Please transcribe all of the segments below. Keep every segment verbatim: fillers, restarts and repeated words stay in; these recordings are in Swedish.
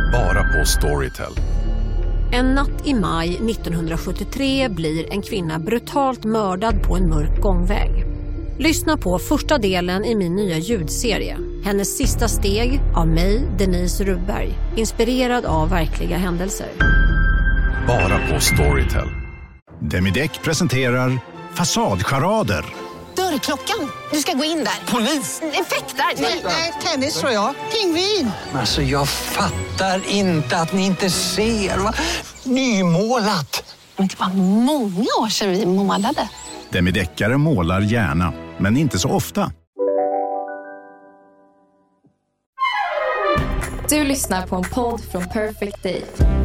Bara på Storytel. En natt i maj nittonhundrasjuttiotre blir en kvinna brutalt mördad på en mörk gångväg. Lyssna på första delen i min nya ljudserie. Hennes sista steg av mig, Denise Rubberg. Inspirerad av verkliga händelser. Bara på Storytel. Demideck presenterar Fasadcharader. Dörrklockan. Du ska gå in där. Polis? Effektar? Nej, tennis tror jag. Pingvin. Alltså jag fattar inte att ni inte ser. Va? Nymålat. Men det var många år sedan vi målade. Demideckare målar gärna, men inte så ofta. Du lyssnar på en podd från Perfect Day.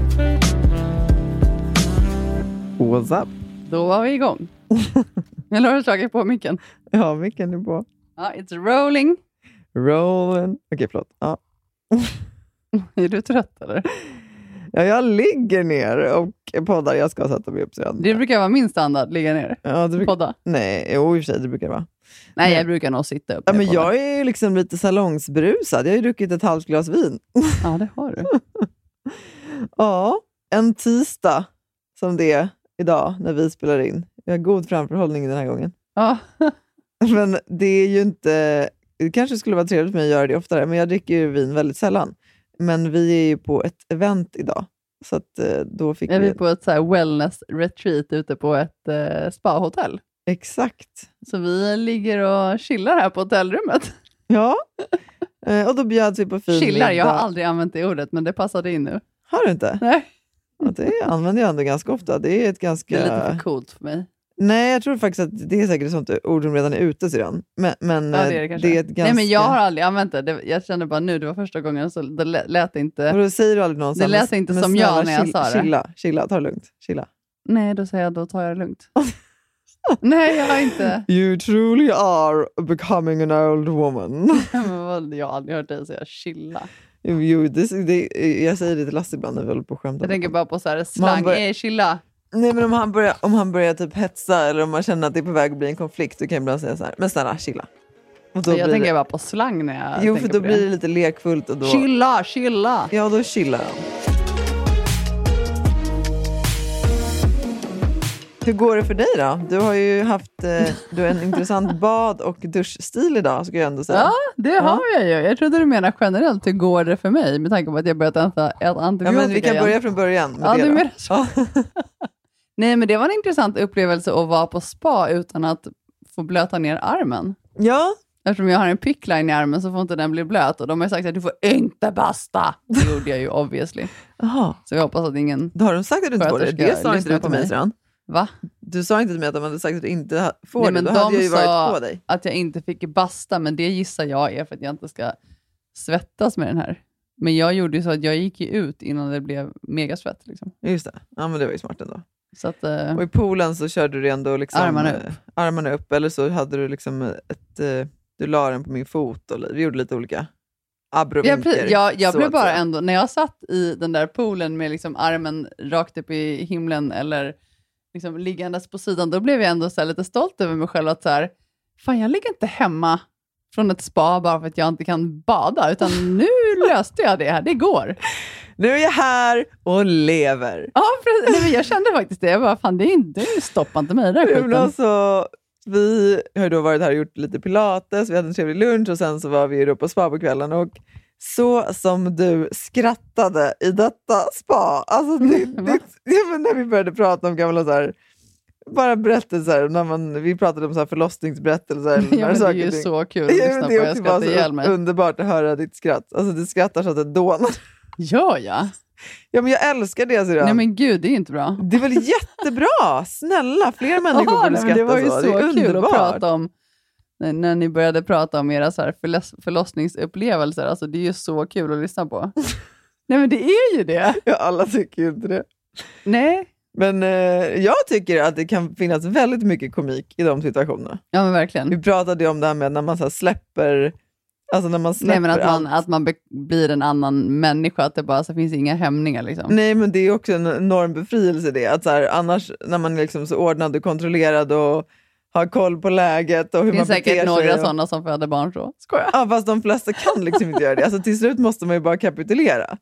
What's up? Då var vi igång. Eller har du slagit på micken? Ja, micken är på. Ja, it's rolling. Rolling. Okej, förlåt. Ja. Är du trött eller? Ja, jag ligger ner och poddar. Jag ska sätta mig upp sedan. Det brukar vara min standard, ligga ner. Ja, det bruk- podda. Nej, jo, i och för sig, det brukar det vara. Nej, men, jag brukar nog sitta upp. Ja, men jag är ju liksom lite salongsbrusad. Jag har ju druckit ett halvt glas vin. Ja, det har du. Ja, en tisdag som det är idag när vi spelar in. Jag har god framförhållning den här gången. Ja. Men det är ju inte... Det kanske skulle vara trevligt för mig att göra det oftare, men jag dricker ju vin väldigt sällan. Men vi är ju på ett event idag. Så att då fick är vi... vi... på ett så här wellness retreat ute på ett eh, spa-hotell. Exakt. Så vi ligger och chillar här på hotellrummet. Ja, och då bjöds vi på fin chillar, middag. jag har aldrig använt det ordet, men det passade in nu. Har du inte? Nej. Ja, det använder jag ändå ganska ofta. Det är ett ganska... Det är lite för coolt för mig. Nej, jag tror faktiskt att det är säkert ett sånt ord som redan är ute sedan. Men, men ja, det är det, det är ett ganska... Nej, men jag har aldrig använt det. det. Jag kände bara nu, det var första gången, så det lät inte... Och då säger du aldrig någon det lät inte som jag när jag chill, sa det. Chilla, chilla, ta det lugnt. Chilla. Nej, då säger jag, då tar jag det lugnt. Nej, jag har inte. You truly are becoming an old woman. Jag har aldrig hört dig säga chilla. Jo, det, det, jag säger det till Lasse ibland när vi håller på att skämta. Jag tänker bara på så här slang, bör... är chilla. Nej, men om han, börjar, om han börjar typ hetsa eller om man känner att det är på väg att bli en konflikt, då kan jag ibland säga så här, men snälla, chilla. Och då jag tänker det... bara på slang när jag Jo, tänker för då på blir det. det lite lekfullt. Och då... Chilla, chilla. Ja, då chillar han. Hur går det för dig då? Du har ju haft eh, du har en intressant bad- och duschstil idag, ska jag ändå säga. Ja, det ja. har jag ju. Jag trodde du menar generellt, hur går det för mig? Med tanke på att jag börjat äta ett antibiotika. Ja, men vi kan igen. börja från början med ja, det du då. menar så. Ja. Nej, men det var en intressant upplevelse att vara på spa utan att få blöta ner armen. Ja. Eftersom jag har en pickline i armen så får inte den bli blöt. Och de har sagt att du får inte basta. Det gjorde jag ju obviously. Aha. Så jag hoppas att ingen... Då har de sagt att du inte får det. Det sa inte du till mig sedan. Va? Du sa inte till mig att de hade sagt att du inte får Nej, det. men Då de hade jag ju varit sa på dig. Att jag inte fick basta. Men det gissar jag är för att jag inte ska svettas med den här. Men jag gjorde ju så att jag gick ju ut innan det blev megasvett. Liksom. Just det. Ja, men det var ju smart ändå. Så att, uh, och i poolen så körde du ändå liksom, armarna upp. armarna upp. Eller så hade du liksom ett... Uh, du la den på min fot och vi gjorde lite olika abrovinker. Jag, jag, jag blev bara ändå, när jag satt i den där poolen med liksom armen rakt upp i himlen eller liksom liggandes på sidan, då blev jag ändå så här lite stolt över mig själv att så här, fan jag ligger inte hemma från ett spa bara för att jag inte kan bada, utan nu löste jag det här, det går. Nu är jag här och lever. Ja, precis. Nej, men jag kände faktiskt det. Jag bara, fan det är inte stoppa inte mig där skiten. Alltså, vi har då varit här och gjort lite pilates, vi hade en trevlig lunch och sen så var vi då på spa på kvällen och så som du skrattade i detta spa, alltså det, det, ja, men när vi började prata om gamla så här, bara berättelser, när man, vi pratade om så här förlossningsberättelser. Ja, men det är ju ting. Så kul att ja, lyssna på, jag skrattar ihjäl mig. Underbart att höra ditt skratt, alltså du skrattar så att det dånar. Gör jag? Ja, men jag älskar det. Så nej men gud, det är inte bra. Det är väl jättebra, snälla, fler människor Aha, borde skratta så. Det var ju så, så kul underbart. Att prata om när, när ni började prata om era så här förloss, förlossningsupplevelser. Alltså det är ju så kul att lyssna på. Nej men det är ju det. Ja, alla tycker ju inte det. Nej. Men eh, jag tycker att det kan finnas väldigt mycket komik i de situationerna. Ja men verkligen. Vi pratade ju om det här med när man så här släpper... Alltså när man släpper Nej, men att man, allt. att man be- blir en annan människa, att det bara så finns inga hämningar liksom. Nej, men det är också en enorm befrielse det. Att så här, annars när man är liksom så ordnad och kontrollerad och har koll på läget och hur man beter sig. Det finns säkert några och... sådana som föder barn så. Skojar. Ja, fast de flesta kan liksom inte göra det. Alltså till slut måste man ju bara kapitulera. Ja.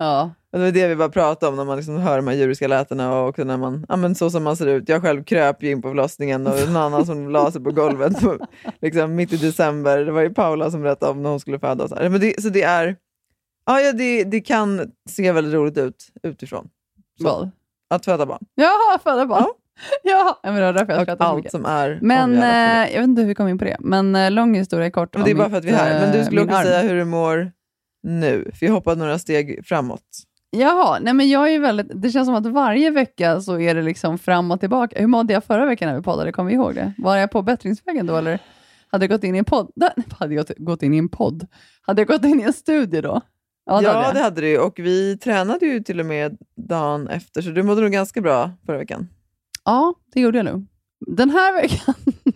Och det var det vi bara pratade om när man liksom hör de här djuriska lätena och när man, ja men så som man ser ut. Jag själv kröp ju in på förlossningen och en annan som la sig på golvet på, liksom mitt i december. Det var ju Paula som berättade om när hon skulle föda. Så, men det, så det är, ja, ja det, det kan se väldigt roligt ut utifrån. Så, Vad? att föda barn. Ja, föda barn. Ja. Ja, men det var därför jag och allt mycket. som är. Men eh, jag vet inte hur vi kom in på det. Men eh, lång historia kort. Men det är bara för att vi är här. Men du skulle också arm. säga hur du mår nu. För jag hoppade några steg framåt. Jaha, nej men jag är ju väldigt, det känns som att varje vecka så är det liksom fram och tillbaka. Hur mådde jag förra veckan när vi poddade? Kommer vi ihåg det? Var jag på bättringsvägen då eller hade jag gått in i en podd? Nej, hade jag gått in i en podd? Hade jag gått in i en studie då? Ja, det, ja, hade, jag. det hade du ju. Och vi tränade ju till och med dagen efter. Så du mådde nog ganska bra förra veckan. Ja, det gjorde jag nog. Den här veckan...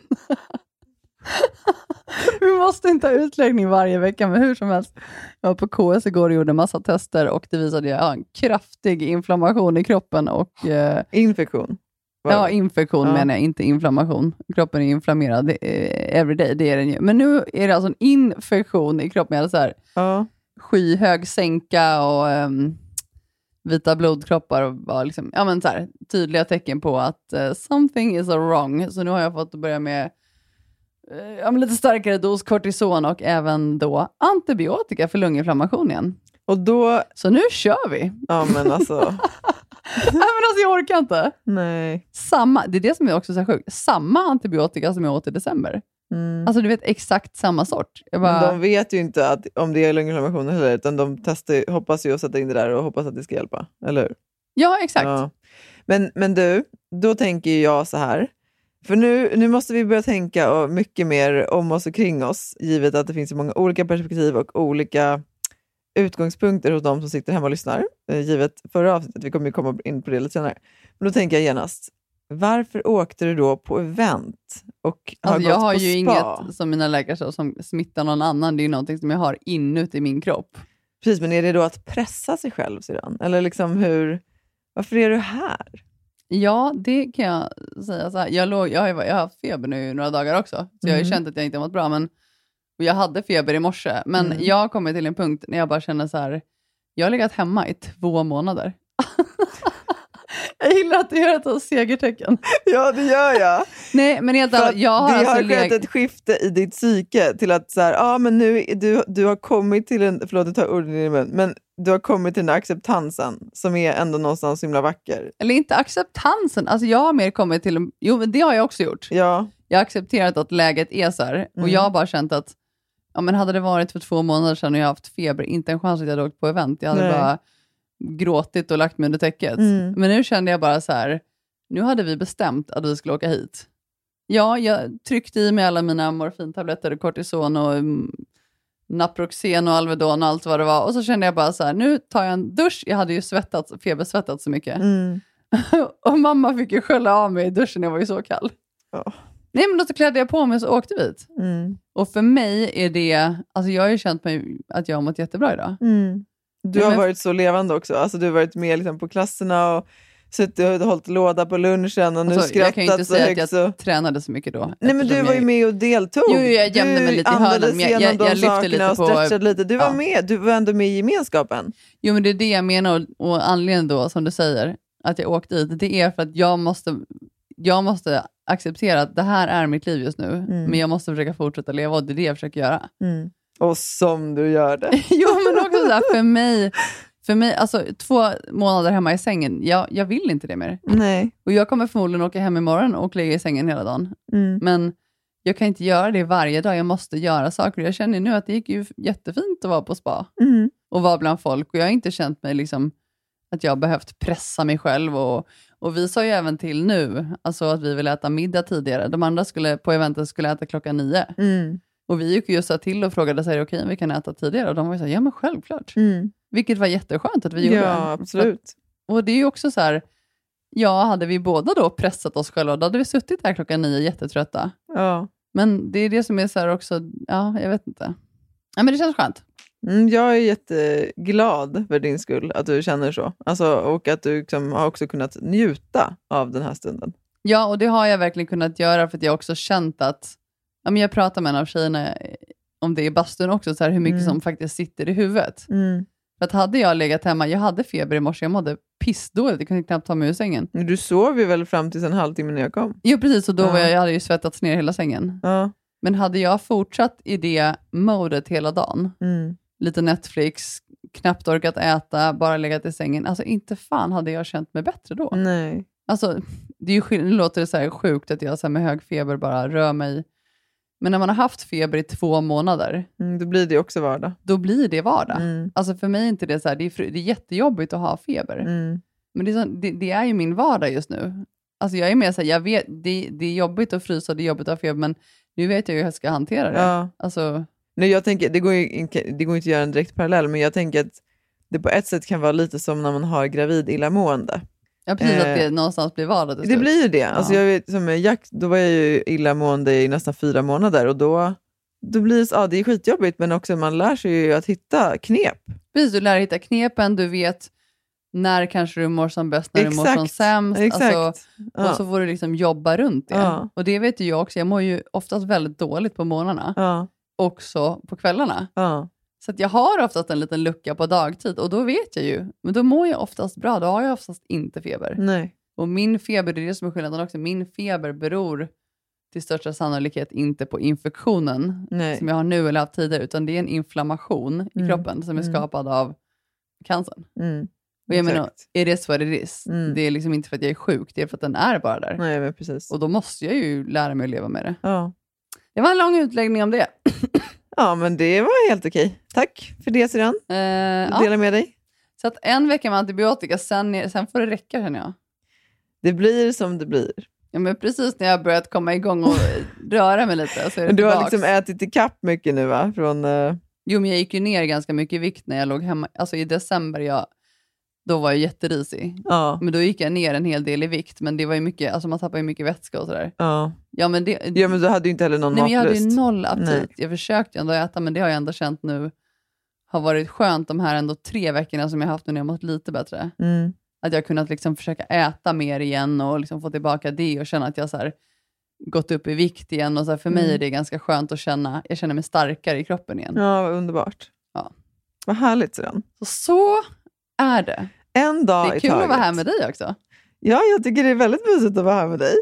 Vi måste inte ha utläggning varje vecka, men hur som helst. Jag var på K S igår och gjorde en massa tester och det visade jag en kraftig inflammation i kroppen. Och, eh, infektion? Wow. Ja, infektion ja. menar jag, inte inflammation. Kroppen är inflammerad eh, every day, det är den ju. Men nu är det alltså en infektion i kroppen. Jag hade så här ja. skyhög sänka och eh, vita blodkroppar och bara liksom, ja, men så här, tydliga tecken på att eh, something is wrong. Så nu har jag fått börja med Ja, men lite starkare dos kortison och även då antibiotika för lunginflammation igen. Och då... Så nu kör vi. Ja, men alltså... Nej, men alltså jag orkar inte. Nej. Samma, det är det som är också så sjukt. Samma antibiotika som jag åt i december. Mm. Alltså du vet exakt samma sort. Jag bara... Men de vet ju inte att, om det är lunginflammation eller utan de testar, hoppas ju att sätta in det där och hoppas att det ska hjälpa. Eller hur? Ja, exakt. Ja. Men, men du, då tänker jag så här. För nu, nu måste vi börja tänka mycket mer om oss och kring oss, givet att det finns så många olika perspektiv och olika utgångspunkter hos de som sitter hemma och lyssnar. Givet förra avsnittet, vi kommer ju komma in på det lite senare. Men då tänker jag genast, varför åkte du då på event och har alltså, gått jag har på ju spa? inget som mina läkare sa som smittar någon annan. Det är ju någonting som jag har inuti min kropp. Precis, men är det då att pressa sig själv sedan? Eller liksom hur, varför är du här? Ja, det kan jag säga så här. Jag, låg, jag, har, jag har haft feber nu i några dagar också. Så mm. jag har ju känt att jag inte har mått bra. Men, och jag hade feber i morse. Men mm. jag har kommit till en punkt när jag bara känner så här. Jag har legat hemma i två månader. Jag gillar att du gör ett segertecken. Ja, det gör jag. Nej, men helt ärligt, jag har det alltså har skett leg- ett skifte i ditt psyke till att så här, ja, men nu du, du har kommit till en, förlåt jag tar orden i din mun, men du har kommit till den acceptansen som är ändå någonstans himla vacker. Eller inte acceptansen, alltså jag har mer kommit till, jo men det har jag också gjort. Ja. Jag har accepterat att läget är så här, och mm. jag har bara känt att, ja men hade det varit för två månader sedan och jag haft feber, inte en chans att jag hade åkt på event, jag hade Nej. bara gråtit och lagt mig under täcket. Mm. Men nu kände jag bara så här, nu hade vi bestämt att vi skulle åka hit. Ja, jag tryckte i mig alla mina morfintabletter och kortison och um, Naproxen och Alvedon och allt vad det var. Och så kände jag bara så här, nu tar jag en dusch. Jag hade ju svettats, febersvettats så mycket. Mm. Och mamma fick ju skölla av mig i duschen, jag var ju så kall. Oh. Nej, men då så klädde jag på mig och så åkte vi hit. Mm. Och för mig är det, alltså jag har ju känt mig att jag har mått jättebra idag. Mm. Du har varit så levande också. Alltså du har varit med liksom på klasserna och suttit och hållit låda på lunchen och nu alltså, skrattat. Jag kan ju inte säga att jag så... tränade så mycket då. Nej, men du var ju med och deltog. Jo, jag gömde mig lite i hörnen. Men jag, jag, jag lyfte lite och på... lite. Du var ja. med. Du var ändå med i gemenskapen. Jo, men det är det jag menar. Och, och anledningen då, som du säger, att jag åkte dit, det är för att jag måste... Jag måste acceptera att det här är mitt liv just nu. Mm. Men jag måste försöka fortsätta leva och det är det jag försöker göra. Mm. Och som du gör det. Jo, men också så här, för mig... För mig, alltså två månader hemma i sängen, jag, jag vill inte det mer. Nej. Och jag kommer förmodligen åka hem imorgon och ligga i sängen hela dagen. Mm. Men jag kan inte göra det varje dag, jag måste göra saker. Jag känner nu att det gick ju jättefint att vara på spa. Mm. Och vara bland folk. Och jag har inte känt mig liksom att jag har behövt pressa mig själv. Och, och vi sa ju även till nu, alltså att vi vill äta middag tidigare. De andra skulle på eventet skulle äta klockan nio. Mm. Och vi gick ju så till och frågade, säger okej, vi kan äta tidigare. Och de var ju så här, ja men självklart. Mm. Vilket var jätteskönt att vi gjorde. Ja, absolut. Och det är ju också så här, ja, hade vi båda då pressat oss själva, då hade vi suttit här klockan nio jättetrötta. Ja. Men det är det som är så här också, ja, jag vet inte. Ja, men det känns skönt. Mm, jag är jätteglad för din skull att du känner så. Alltså, och att du liksom har också kunnat njuta av den här stunden. Ja, och det har jag verkligen kunnat göra för att jag också känt att, ja, men jag pratar med en av tjejerna om det i bastun också, så här, hur mycket mm. som faktiskt sitter i huvudet. Mm. För att hade jag legat hemma, jag hade feber i morse, jag mådde pissdåligt, jag kunde knappt ta mig ur sängen. Men du sov ju väl fram till en halvtimme när jag kom? Jo precis, och då ja. var jag, jag hade ju svettats ner hela sängen. Ja. Men hade jag fortsatt i det modet hela dagen, mm. lite Netflix, knappt orkat äta, bara legat i sängen, alltså inte fan hade jag känt mig bättre då. Nej. Alltså, det, är ju, det låter det så här sjukt att jag så här med hög feber bara rör mig. Men när man har haft feber i två månader, mm, då blir det också vardag. Då blir det vardag. Mm. Alltså för mig är inte det så här, det är, det är jättejobbigt att ha feber. Mm. Men det är, så, det, det är ju min vardag just nu. Alltså jag är mer så här, jag vet, det, det är jobbigt att frysa, det är jobbigt att ha feber, men nu vet jag ju hur jag ska hantera det. Ja. Alltså... Nej, jag tänker, det går ju det går inte att göra en direkt parallell, men jag tänker att det på ett sätt kan vara lite som när man har gravid illamående. Ja, precis, eh, att det någonstans blir vardag. Det blir ju det. Ja. Alltså jag vet, som med Jack, då var jag ju illamående i nästan fyra månader och då, då blir det, ja, det är skitjobbigt, men också man lär sig ju att hitta knep. Precis, du lär dig hitta knepen, du vet när kanske du mår som bäst, när Exakt. du mår som sämst. Exakt. Alltså, ja. Och så får du liksom jobba runt det. Ja. Och det vet ju jag också, jag mår ju oftast väldigt dåligt på morgnarna. Ja. Också på kvällarna. Ja. Så att jag har oftast en liten lucka på dagtid och då vet jag ju. Men då mår jag oftast bra, då har jag oftast inte feber. Nej. Och min feber, det är det som är skillnaden också. Min feber beror till största sannolikhet inte på infektionen Nej. som jag har nu eller haft tidigare, utan det är en inflammation mm. i kroppen som är mm. skapad av cancern. Mm. Och jag Exakt. menar, är det what it is? Mm. Det är liksom inte för att jag är sjuk, det är för att den är bara där. Nej, men precis. Och då måste jag ju lära mig att leva med det. Ja. Det var en lång utläggning om det. Ja, men det var helt okej. Tack för det, Siran. Uh, Dela ja. med dig. Så att en vecka med antibiotika, sen, sen får det räcka, känner jag. Det blir som det blir. Ja, men precis när jag har börjat komma igång och röra mig lite så är det Men du har tillbaks. liksom ätit i kapp mycket nu, va? Från, uh... Jo, men jag gick ju ner ganska mycket i vikt när jag låg hemma. Alltså i december, jag, då var jag jätterisig. Ja. Men då gick jag ner en hel del i vikt. Men det var ju mycket, alltså man tappar ju mycket vätska och sådär. Ja. Ja, men, det, ja, men du hade ju inte heller någon nej, men jag matlust. hade ju noll aptit. Nej. Jag försökte ju ändå äta, men det har jag ändå känt nu har varit skönt de här ändå tre veckorna som jag haft nu när jag mått lite bättre. Mm. Att jag kunnat liksom försöka äta mer igen och liksom få tillbaka det och känna att jag så här gått upp i vikt igen. Och så här, för mig Mm. är det ganska skönt att känna, jag känner mig starkare i kroppen igen. Ja, vad underbart. Ja. Vad härligt, Siran. Så, så är det. En dag Det är i kul taget. att vara här med dig också. Ja, jag tycker det är väldigt mysigt att vara här med dig.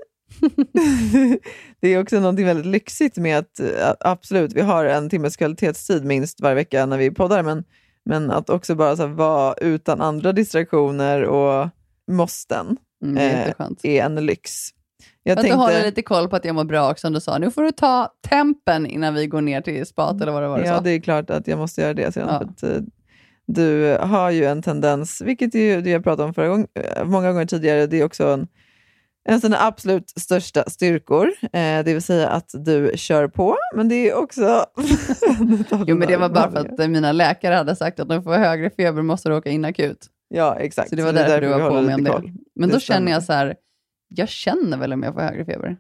Det är också något väldigt lyxigt med att, absolut, vi har en timmes kvalitetstid minst varje vecka när vi poddar, men, men att också bara så här, vara utan andra distraktioner och måsten Mm, det är, eh, är en lyx. Jag att tänkte... du håller lite koll på att jag mår bra också, som du sa. Nu får du ta tempen innan vi går ner till spat eller vad det var du Ja, sa. det är klart att jag måste göra det. Sedan, Ja. för att, eh, du har ju en tendens, vilket ju, det jag pratade om förra gång, eh, många gånger tidigare, det är också en, en av sina absolut största styrkor. Eh, det vill säga att du kör på, men det är också... Jo, men det var bara för att eh, mina läkare hade sagt att om du får högre feber måste du åka in akut. Ja, exakt. Så det var Så det är därför du vi var på håller mig om lite det. koll. Men Det då stämmer. känner jag så här, jag känner väl om jag får högre feber.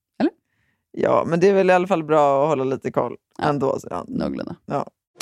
Ja, men det är väl i alla fall bra att hålla lite koll Ja. ändå. Så, ja. Någorlunda. Ja.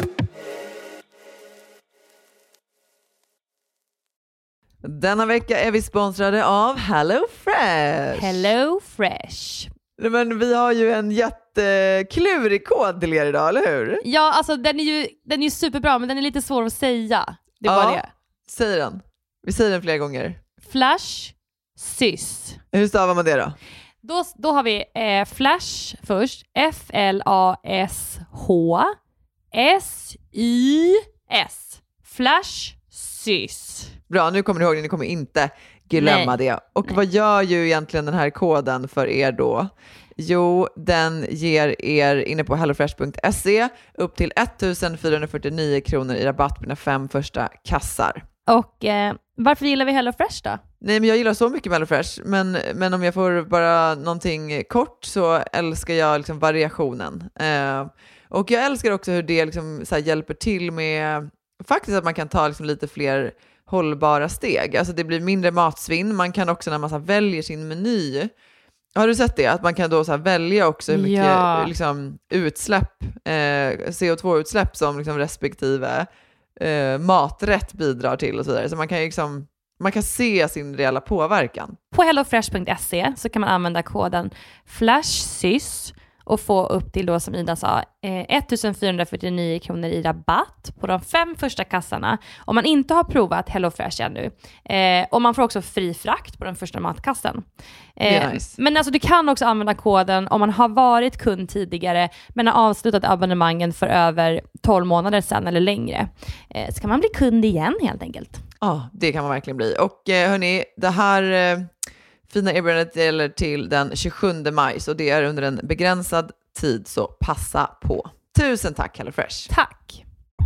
Denna vecka är vi sponsrade av HelloFresh. Hello Fresh. Men vi har ju en jätteklurig kod till er idag, eller hur? Ja, alltså den är ju den är ju superbra, men den är lite svår att säga. Det är Ja. bara det. Säg den. Vi säger den flera gånger. Flash sys. Hur stavar man det då? Då, då har vi eh, Flash först. F L A S H S Y S. Flash sys. Bra, nu kommer ni ihåg det. Ni kommer inte glömma Nej. det. Och Nej. vad gör ju egentligen den här koden för er då? Jo, den ger er inne på hellofresh punkt se upp till ettusen fyrahundrafyrtionio kronor i rabatt på dina fem första kassar. Och eh, varför gillar vi HelloFresh då? Nej, men jag gillar så mycket med HelloFresh, men, men om jag får bara någonting kort så älskar jag liksom variationen. Eh, och jag älskar också hur det liksom så här hjälper till med faktiskt att man kan ta liksom lite fler hållbara steg. Alltså det blir mindre matsvinn. Man kan också när man så här väljer sin meny. Har du sett det? Att man kan då så här välja också hur mycket Ja. liksom, utsläpp, eh, C O två-utsläpp som liksom respektive eh, maträtt bidrar till och så vidare. Så man kan ju liksom, man kan se sin reella påverkan. På hellofresh punkt se så kan man använda koden FLASHSYS och få upp till då, som Ida sa, eh, ettusenfyrahundrafyrtionio kronor i rabatt på de fem första kassarna om man inte har provat HelloFresh ännu. Eh, och man får också fri frakt på den första matkassen. Eh, nice. Men alltså du kan också använda koden om man har varit kund tidigare men har avslutat abonnemangen för över tolv månader sedan eller längre. Eh, så kan man bli kund igen helt enkelt. Ja, ah, det kan man verkligen bli. Och eh, hörni, det här eh, fina erbjudandet gäller till den tjugosjunde maj, så det är under en begränsad tid, så passa på. Tusen tack HelloFresh. Tack.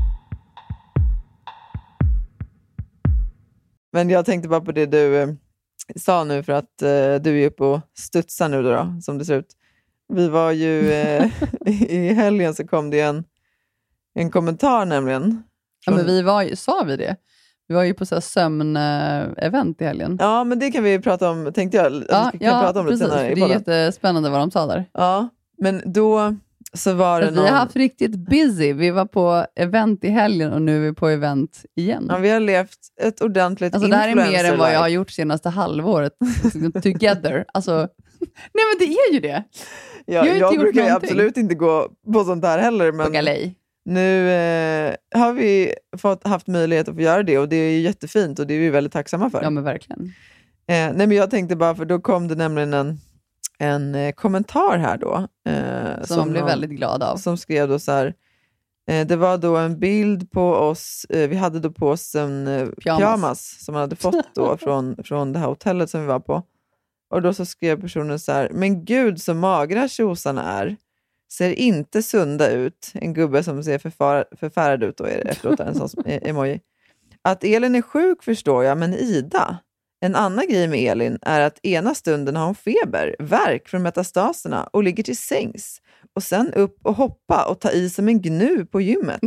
Men jag tänkte bara på det du eh, sa nu, för att eh, du är uppe och studsar nu då, då, som det ser ut. Vi var ju, eh, i helgen så kom det en, en kommentar nämligen. Från... Ja, men vi var ju, sa vi det? Vi var ju på så här sömn-event i helgen. Ja, men det kan vi prata om, tänkte jag. Ja, vi kan ja prata om precis. Det, senare det är jättespännande vad de sa där. Ja, men då så var det någon... någon... Vi har haft riktigt busy. Vi var på event i helgen och nu är vi på event igen. Ja, vi har levt ett ordentligt alltså, det här är mer än vad jag har life. gjort senaste halvåret. Together. Alltså, nej men det är ju det. Ja, jag jag brukar någonting. absolut inte gå på sånt här heller. Men... På galej. Nu eh, har vi fått, haft möjlighet att få göra det, och det är ju jättefint och det är vi väldigt tacksamma för. Ja, men verkligen. Eh, nej, men jag tänkte bara, för då kom det nämligen en, en eh, kommentar här då. Eh, som, som man blev någon, väldigt glad av. Som skrev då så här, eh, det var då en bild på oss, eh, vi hade då på oss en eh, pyjamas. pyjamas som man hade fått då från, från det här hotellet som vi var på. Och då så skrev personen så här, men gud så magra tjosarna är. Ser inte sunda ut. En gubbe som ser förfar- förfärad ut då är det efteråt, en sån emoji. Att Elin är sjuk förstår jag, men Ida. En annan grej med Elin är att ena stunden har hon feber, värk från metastaserna och ligger till sängs. Och sen upp och hoppa och ta i som en gnu på gymmet.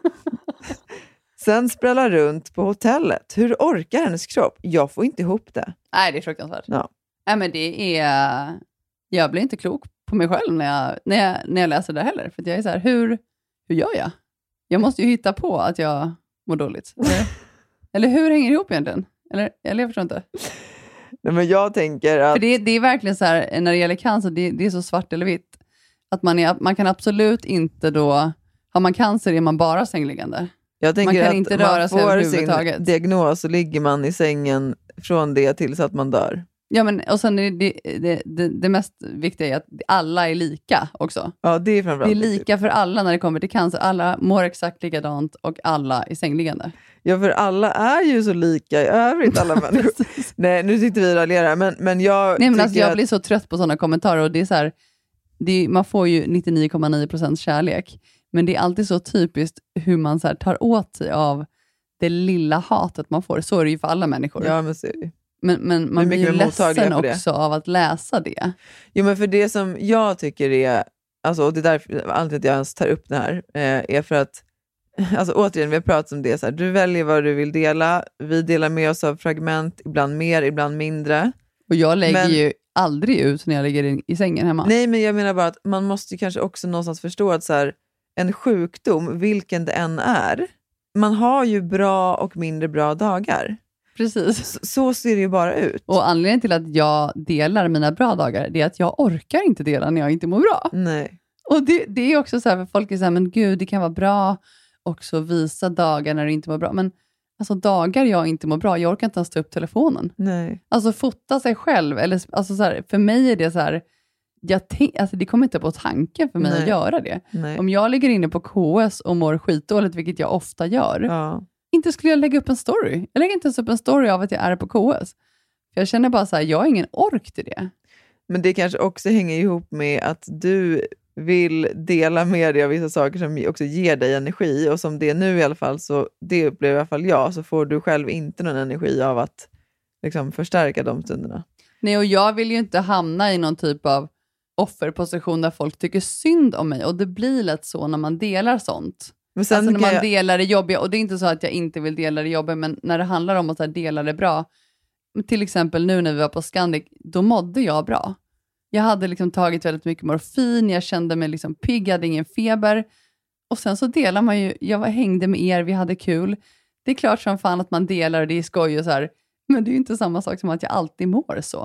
Sen sprällar runt på hotellet. Hur orkar hennes kropp? Jag får inte ihop det. Nej, det är fruktansvärt. Ja. Nej, men det är... Jag blir inte klok på mig själv när jag, när jag, när jag läser det heller. För att jag är så här, hur, hur gör jag? Jag måste ju hitta på att jag mår dåligt. Eller, eller hur hänger det ihop egentligen? Eller, eller jag förstår inte. Nej, men jag tänker att... För det, det är verkligen så här, när det gäller cancer, det, det är så svart eller vitt. Att man, är, man kan absolut inte då... Har man cancer är man bara sängliggande. Jag tänker man kan att inte röra man sig får överhuvudtaget. sin diagnos så ligger man i sängen från det tills att man dör. Ja, men och sen är det, det, det, det mest viktiga är att alla är lika också. Ja, det är framförallt. Det är lika för alla när det kommer till cancer. Alla mår exakt likadant och alla är sängliggande. Ja, för alla är ju så lika i övrigt, alla människor. Nej, nu sitter vi och raljerar, men, men jag Nej, men alltså, jag att... blir så trött på sådana kommentarer och det är så här, det är, man får ju nittionio komma nio procent kärlek, men det är alltid så typiskt hur man så här tar åt sig av det lilla hatet man får. Så är det ju för alla människor. Ja, men så är det. Men, men man blir ju ledsen också av att läsa det. Jo, men för det som jag tycker är, alltså, och det är därför alltid att jag ens tar upp det här, eh, är för att, alltså återigen, vi har pratat om det så här, du väljer vad du vill dela, vi delar med oss av fragment, ibland mer, ibland mindre. Och jag lägger men, ju aldrig ut när jag ligger i, i sängen hemma. Nej, men jag menar bara att man måste ju kanske också någonstans förstå att så här, en sjukdom, vilken det än är, man har ju bra och mindre bra dagar. Precis. Så, så ser det ju bara ut. Och anledningen till att jag delar mina bra dagar, det är att jag orkar inte dela när jag inte mår bra. Nej. Och det, det är också så här, för folk är så här, men gud, det kan vara bra också visa dagar när det inte mår bra. Men alltså dagar jag inte mår bra, jag orkar inte ens ta upp telefonen. Nej. Alltså fota sig själv, eller alltså så här, för mig är det så här, jag tänk, alltså det kommer inte på tanken för mig Nej. att göra det. Nej. Om jag ligger inne på K S och mår skitdåligt, vilket jag ofta gör, ja. inte skulle jag lägga upp en story. Jag lägger inte ens upp en story av att jag är på K S. För jag känner bara så här, jag har ingen ork till det. Men det kanske också hänger ihop med att du vill dela med dig av vissa saker som också ger dig energi. Och som det är nu i alla fall, så det upplever i alla fall jag, så får du själv inte någon energi av att liksom förstärka de stunderna. Nej, och jag vill ju inte hamna i någon typ av offerposition där folk tycker synd om mig. Och det blir lätt så när man delar sånt. Men sen alltså när man jag... delar det jobbiga, och det är inte så att jag inte vill dela det jobbiga, men när det handlar om att så här, dela det bra, till exempel nu när vi var på Scandic, då mådde jag bra. Jag hade liksom tagit väldigt mycket morfin, jag kände mig liksom pigg, hade ingen feber, och sen så delar man ju, jag var, hängde med er, vi hade kul. Det är klart som fan att man delar och det är skoj och så här, men det är ju inte samma sak som att jag alltid mår så.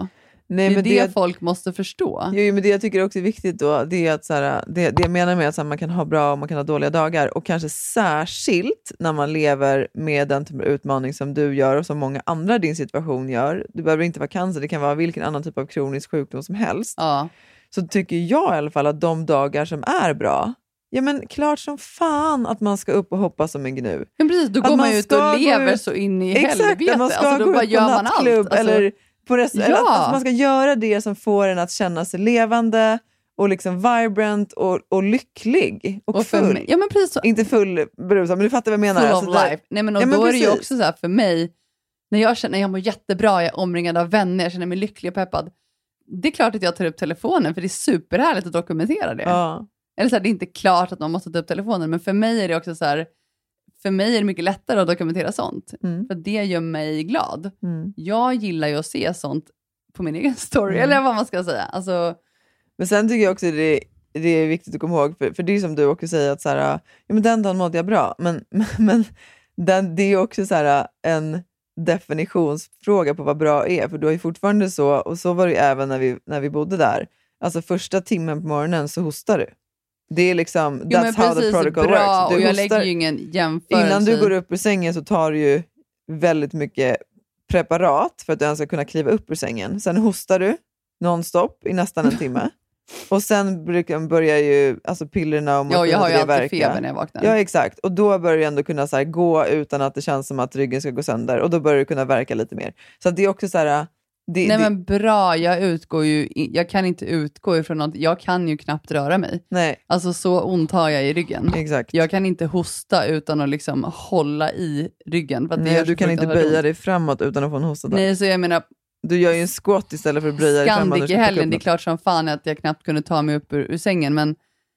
Nej, det är men det, det folk måste förstå. Jo, men det jag tycker också är viktigt då, det är att så här, det, det jag menar med att så här, man kan ha bra och man kan ha dåliga dagar, och kanske särskilt när man lever med den typ av utmaning som du gör och som många andra i din situation gör. Det behöver inte vara cancer, det kan vara vilken annan typ av kronisk sjukdom som helst. Ja. Så tycker jag i alla fall att de dagar som är bra, ja men klart som fan att man ska upp och hoppa som en gnu. Men precis, då att går man ut och lever ut, så in i exakt, helvete. Man ska alltså, då gå bara ut gör på man nattklubb allt. Alltså, eller på rest- ja. eller att, alltså, man ska göra det som får en att känna sig levande och liksom vibrant och, och lycklig och, och för full. mig, ja, men precis så. Inte full berusad, men du fattar vad jag menar. Full alltså, of där, life. Nej, men, och ja, men då är det ju precis. också så här för mig, när jag känner att jag mår jättebra, jag är omringad av vänner, jag känner mig lycklig och peppad. Det är klart att jag tar upp telefonen, för det är superhärligt att dokumentera det. Ja. Eller så här, det är inte klart att man måste ta upp telefonen, men för mig är det också så här, för mig är det mycket lättare att dokumentera sånt. Mm. För det gör mig glad. Mm. Jag gillar ju att se sånt på min egen story, Mm. eller vad man ska säga. Alltså, Men sen tycker jag också det, det är viktigt att komma ihåg, för, för det är som du också säger, att så här, ja, men den dagen mådde jag bra. Men, men, men den, det är också så här, en definitionsfråga på vad bra är. För du är ju fortfarande så, och så var det ju även när vi, när vi bodde där. Alltså första timmen på morgonen så hostar du. Det är liksom, jo, that's how the protocol bra, works. Du och jag hostar, lägger ju ingen jämförelse. innan du går upp ur sängen så tar du ju väldigt mycket preparat för att du ens ska kunna kliva upp ur sängen. Sen hostar du nonstop i nästan en timme. Och sen brukar, börjar ju alltså pillerna och Ja, jag har ju alltid verka. feber när jag vaknar. Ja, exakt. Och då börjar du ändå kunna så här, gå utan att det känns som att ryggen ska gå sönder. Och då börjar du kunna verka lite mer. Så att det är också så här... Det, Nej det, men bra, jag utgår ju, jag kan inte utgå ifrån något, jag kan ju knappt röra mig. Nej. Alltså så ont har jag i ryggen. Exakt. Jag kan inte hosta utan att liksom hålla i ryggen. För att det Nej, gör du så kan inte fruktansvärt böja ont. dig framåt utan att få en hosta. Nej, så jag menar, Du gör ju en squat istället för att böja dig framåt. Scandic i helgen, det är klart som fan att jag knappt kunde ta mig upp ur, ur sängen, men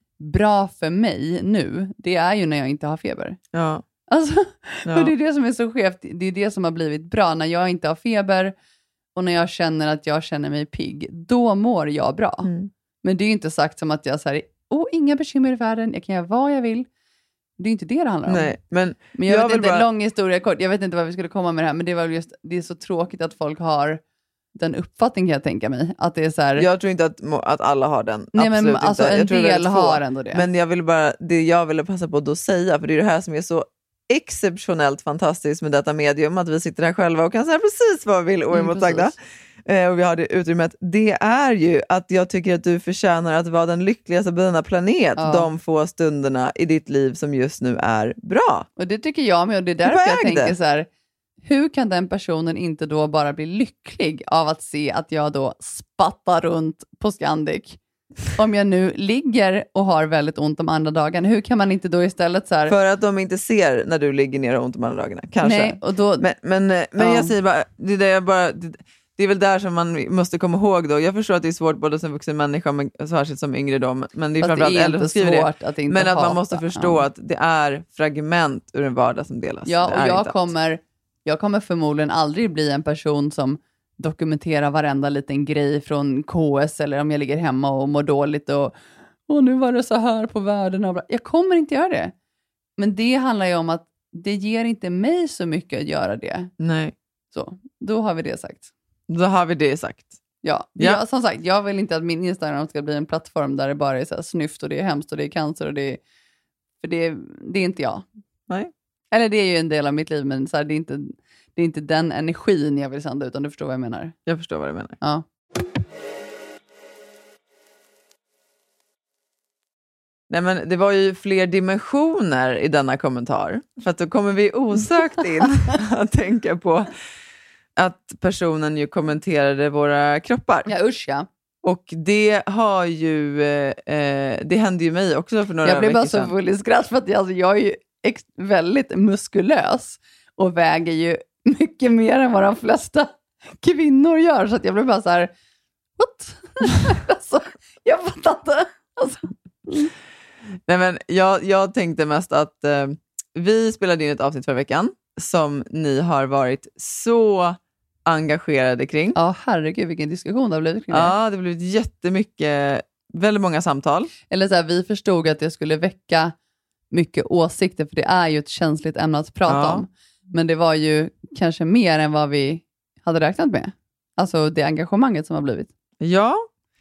bra för mig nu, det är ju när jag inte har feber. Ja. Alltså, Ja. och det är det som är så skevt, det är det som har blivit bra, när jag inte har feber och när jag känner att jag känner mig pigg, då mår jag bra. Mm. Men det är ju inte sagt som att jag säger, åh, inga bekymmer i världen, jag kan göra vad jag vill. Det är inte det det handlar om. Nej, men, men jag, jag vet vill inte, bara... lång historia kort, jag vet inte vad vi skulle komma med det här, men det var just, det är så tråkigt att folk har den uppfattningen, kan jag tänka mig. Att det är så här... Jag tror inte att, att alla har den. Nej, absolut men alltså inte. en Jag tror del få. har ändå det. Men jag vill bara, det jag ville passa på att säga, för det är det här som är så exceptionellt fantastiskt med detta medium, att vi sitter här själva och kan säga precis vad vi vill oemotsagda. Mm, och vi har det utrymmet. Det är ju att jag tycker att du förtjänar att vara den lyckligaste på denna planet, ja. de få stunderna i ditt liv som just nu är bra. Och det tycker jag med, och det är därför jag tänker så här, hur kan den personen inte då bara bli lycklig av att se att jag då spattar runt på Scandic? Om jag nu ligger och har väldigt ont de andra dagarna, hur kan man inte då istället så här... För att de inte ser när du ligger ner och ont de andra dagarna, kanske. Nej, och då... Men, men, men ja. jag säger bara, det, där jag bara det, det är väl där som man måste komma ihåg då. Jag förstår att det är svårt både som vuxen människa, men särskilt som yngre då. Men det är Fast framförallt det är äldre som inte skriver svårt det. att inte men att hata. man måste förstå Ja. att det är fragment ur en vardag som delas. Ja, Det och är jag inte kommer, jag kommer förmodligen aldrig bli en person som dokumenterar varenda liten grej från K S, eller om jag ligger hemma och mår dåligt och, och nu var det så här på världen. Och bla. Jag kommer inte göra det. Men det handlar ju om att det ger inte mig så mycket att göra det. Nej. Så, då har vi det sagt. Då har vi det sagt. Ja, Ja. Jag, som sagt, jag vill inte att min Instagram ska bli en plattform där det bara är så här snyft och det är hemskt och det är cancer och det är, för det är, det är inte jag. Nej. Eller det är ju en del av mitt liv, men så här, det är inte, det är inte den energin jag vill sända, utan du förstår vad jag menar. Jag förstår vad du menar. Ja. Nej, men det var ju fler dimensioner i denna kommentar. För att då kommer vi osökt in att tänka på att personen ju kommenterade våra kroppar. Ja, usch ja. Och det har ju, eh, det hände ju mig också för några Jag blev veckor bara så sedan. full i skratt för att jag, alltså, jag är ju ex- väldigt muskulös och väger ju mycket mer än vad de flesta kvinnor gör. Så att jag blev bara så här, what? Alltså, jag fattar inte. Alltså. Nej, men jag, jag tänkte mest att eh, vi spelade in ett avsnitt förra veckan som ni har varit så engagerade kring. Ja, herregud vilken diskussion det har blivit kring det. Ja, det har blivit jättemycket, väldigt många samtal. Eller så här, vi förstod att det skulle väcka mycket åsikter, för det är ju ett känsligt ämne att prata Ja. om. Men det var ju kanske mer än vad vi hade räknat med. Alltså det engagemanget som har blivit. Ja,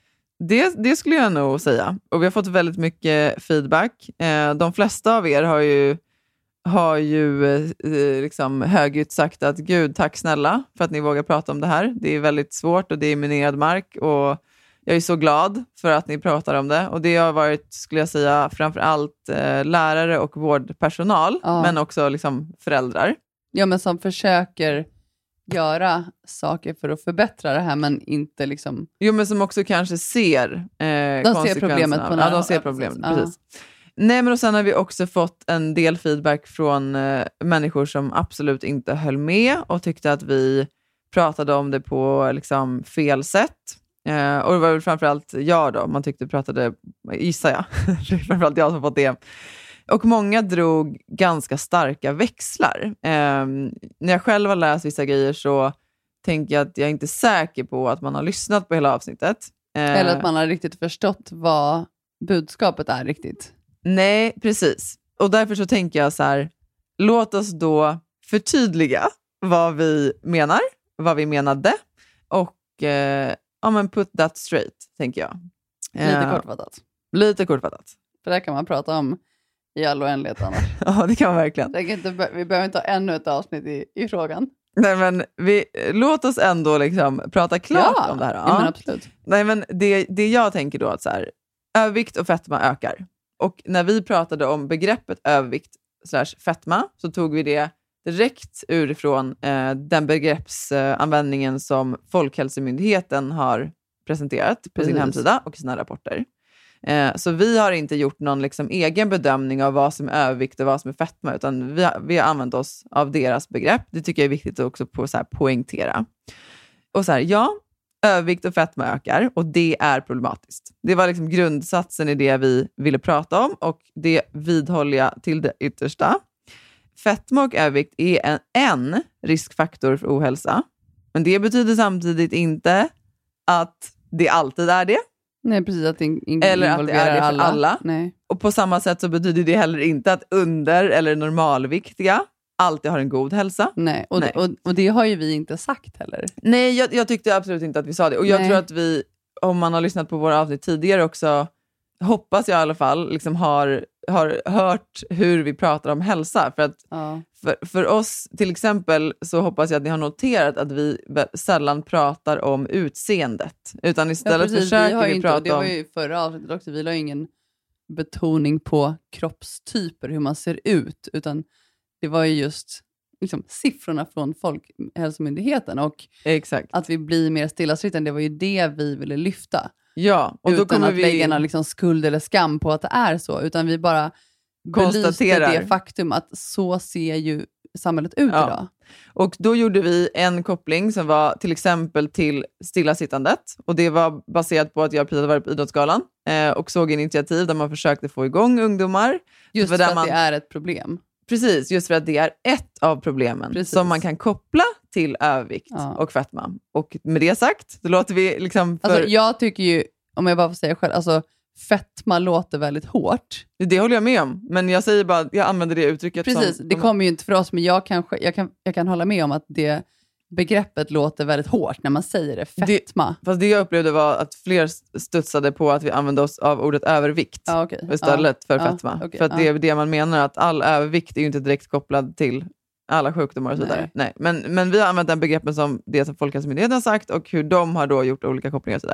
det, det skulle jag nog säga. Och vi har fått väldigt mycket feedback. Eh, de flesta av er har ju, har ju eh, liksom högljutt sagt att gud, tack snälla för att ni vågar prata om det här. Det är väldigt svårt och det är minerad mark och jag är så glad för att ni pratar om det. Och det har varit, skulle jag säga, framförallt eh, lärare och vårdpersonal, ja. Men också liksom föräldrar. Ja, men som försöker göra saker för att förbättra det här, men inte liksom... Jo, men som också kanske ser eh, de ser problemet på Ja, de ser problemet, ja. precis. Nej, men och sen har vi också fått en del feedback från eh, människor som absolut inte höll med och tyckte att vi pratade om det på liksom, fel sätt. Eh, och det var väl framförallt jag då, man tyckte pratade, gissar jag, det är framförallt jag som har fått det. Och många drog ganska starka växlar. Eh, när jag själv har läst vissa grejer så tänker jag att jag är inte säker på att man har lyssnat på hela avsnittet. Eh, Eller att man har riktigt förstått vad budskapet är riktigt. Nej, precis. Och därför så tänker jag så här, låt oss då förtydliga vad vi menar, vad vi menade och eh, ja, men put that straight, tänker jag. Lite eh, kortfattat. Lite kortfattat. För det kan man prata om i all oändlighet annars. Ja, det kan man verkligen. Det kan inte, vi behöver inte ha ännu ett avsnitt i, i frågan. Nej, men vi, låt oss ändå liksom prata klart ja, om det här. Ja, ja, men absolut. Nej, men det, det jag tänker då att så här, övervikt och fetma ökar. Och när vi pratade om begreppet övervikt slash fetma så tog vi det direkt urifrån eh, den begreppsanvändningen som Folkhälsomyndigheten har presenterat på Precis. sin hemsida och sina rapporter. Eh, så vi har inte gjort någon liksom, egen bedömning av vad som är övervikt och vad som är fetma, utan vi har, vi har använt oss av deras begrepp. Det tycker jag är viktigt att också på, så här, poängtera. Och så här, ja, övervikt och fetma ökar och det är problematiskt. Det var liksom grundsatsen i det vi ville prata om och det vidhåller jag till det yttersta. Fetma och övervikt är en, en riskfaktor för ohälsa. Men det betyder samtidigt inte att det alltid är det. Nej, precis. Att det in- eller att det är det för alla. alla. Nej. Och på samma sätt så betyder det heller inte att under- eller normalviktiga alltid har en god hälsa. Nej, och, Nej. Och, och det har ju vi inte sagt heller. Nej, jag, jag tyckte absolut inte att vi sa det. Och jag Nej. tror att vi, om man har lyssnat på våra avsnitt tidigare också, hoppas jag i alla fall, liksom har, har hört hur vi pratar om hälsa. För, att, ja. för, för oss, till exempel, så hoppas jag att ni har noterat att vi sällan pratar om utseendet. Utan istället ja, försöker vi, har vi inte, prata det om... var ju förra avsnittet också, vi la ingen betoning på kroppstyper, hur man ser ut, utan det var ju just liksom, siffrorna från Folkhälsomyndigheten och Exakt. Att vi blir mer stillasittande, det var ju det vi ville lyfta. Ja, och utan då kommer att vi... lägga någon liksom skuld eller skam på att det är så, utan vi bara belyste det faktum att så ser ju samhället ut ja. idag. Och då gjorde vi en koppling som var till exempel till stillasittandet. Och det var baserat på att jag precis hade varit på Idrottsgalan eh, och såg initiativ där man försökte få igång ungdomar. Just för, för att man... det är ett problem. Precis, just för att det är ett av problemen Precis. som man kan koppla till övervikt ja. och fetma. Och med det sagt, då låter vi liksom... För... Alltså, jag tycker ju, om jag bara får säga själv, alltså fetma låter väldigt hårt. Det håller jag med om, men jag säger bara, jag använder det uttrycket. Precis, som... det kommer ju inte för oss, men jag, kanske, jag, kan, jag kan hålla med om att det begreppet låter väldigt hårt när man säger det, fetma. Det, fast det jag upplevde var att fler studsade på att vi använde oss av ordet övervikt ah, okay. istället ah, för ah, fetma. Okay, för att ah. det är det man menar, att all övervikt är ju inte direkt kopplad till alla sjukdomar och så vidare. Nej. Men, men vi har använt den begreppen som det som Folkhälsomyndigheten har sagt och hur de har då gjort olika kopplingar och så där.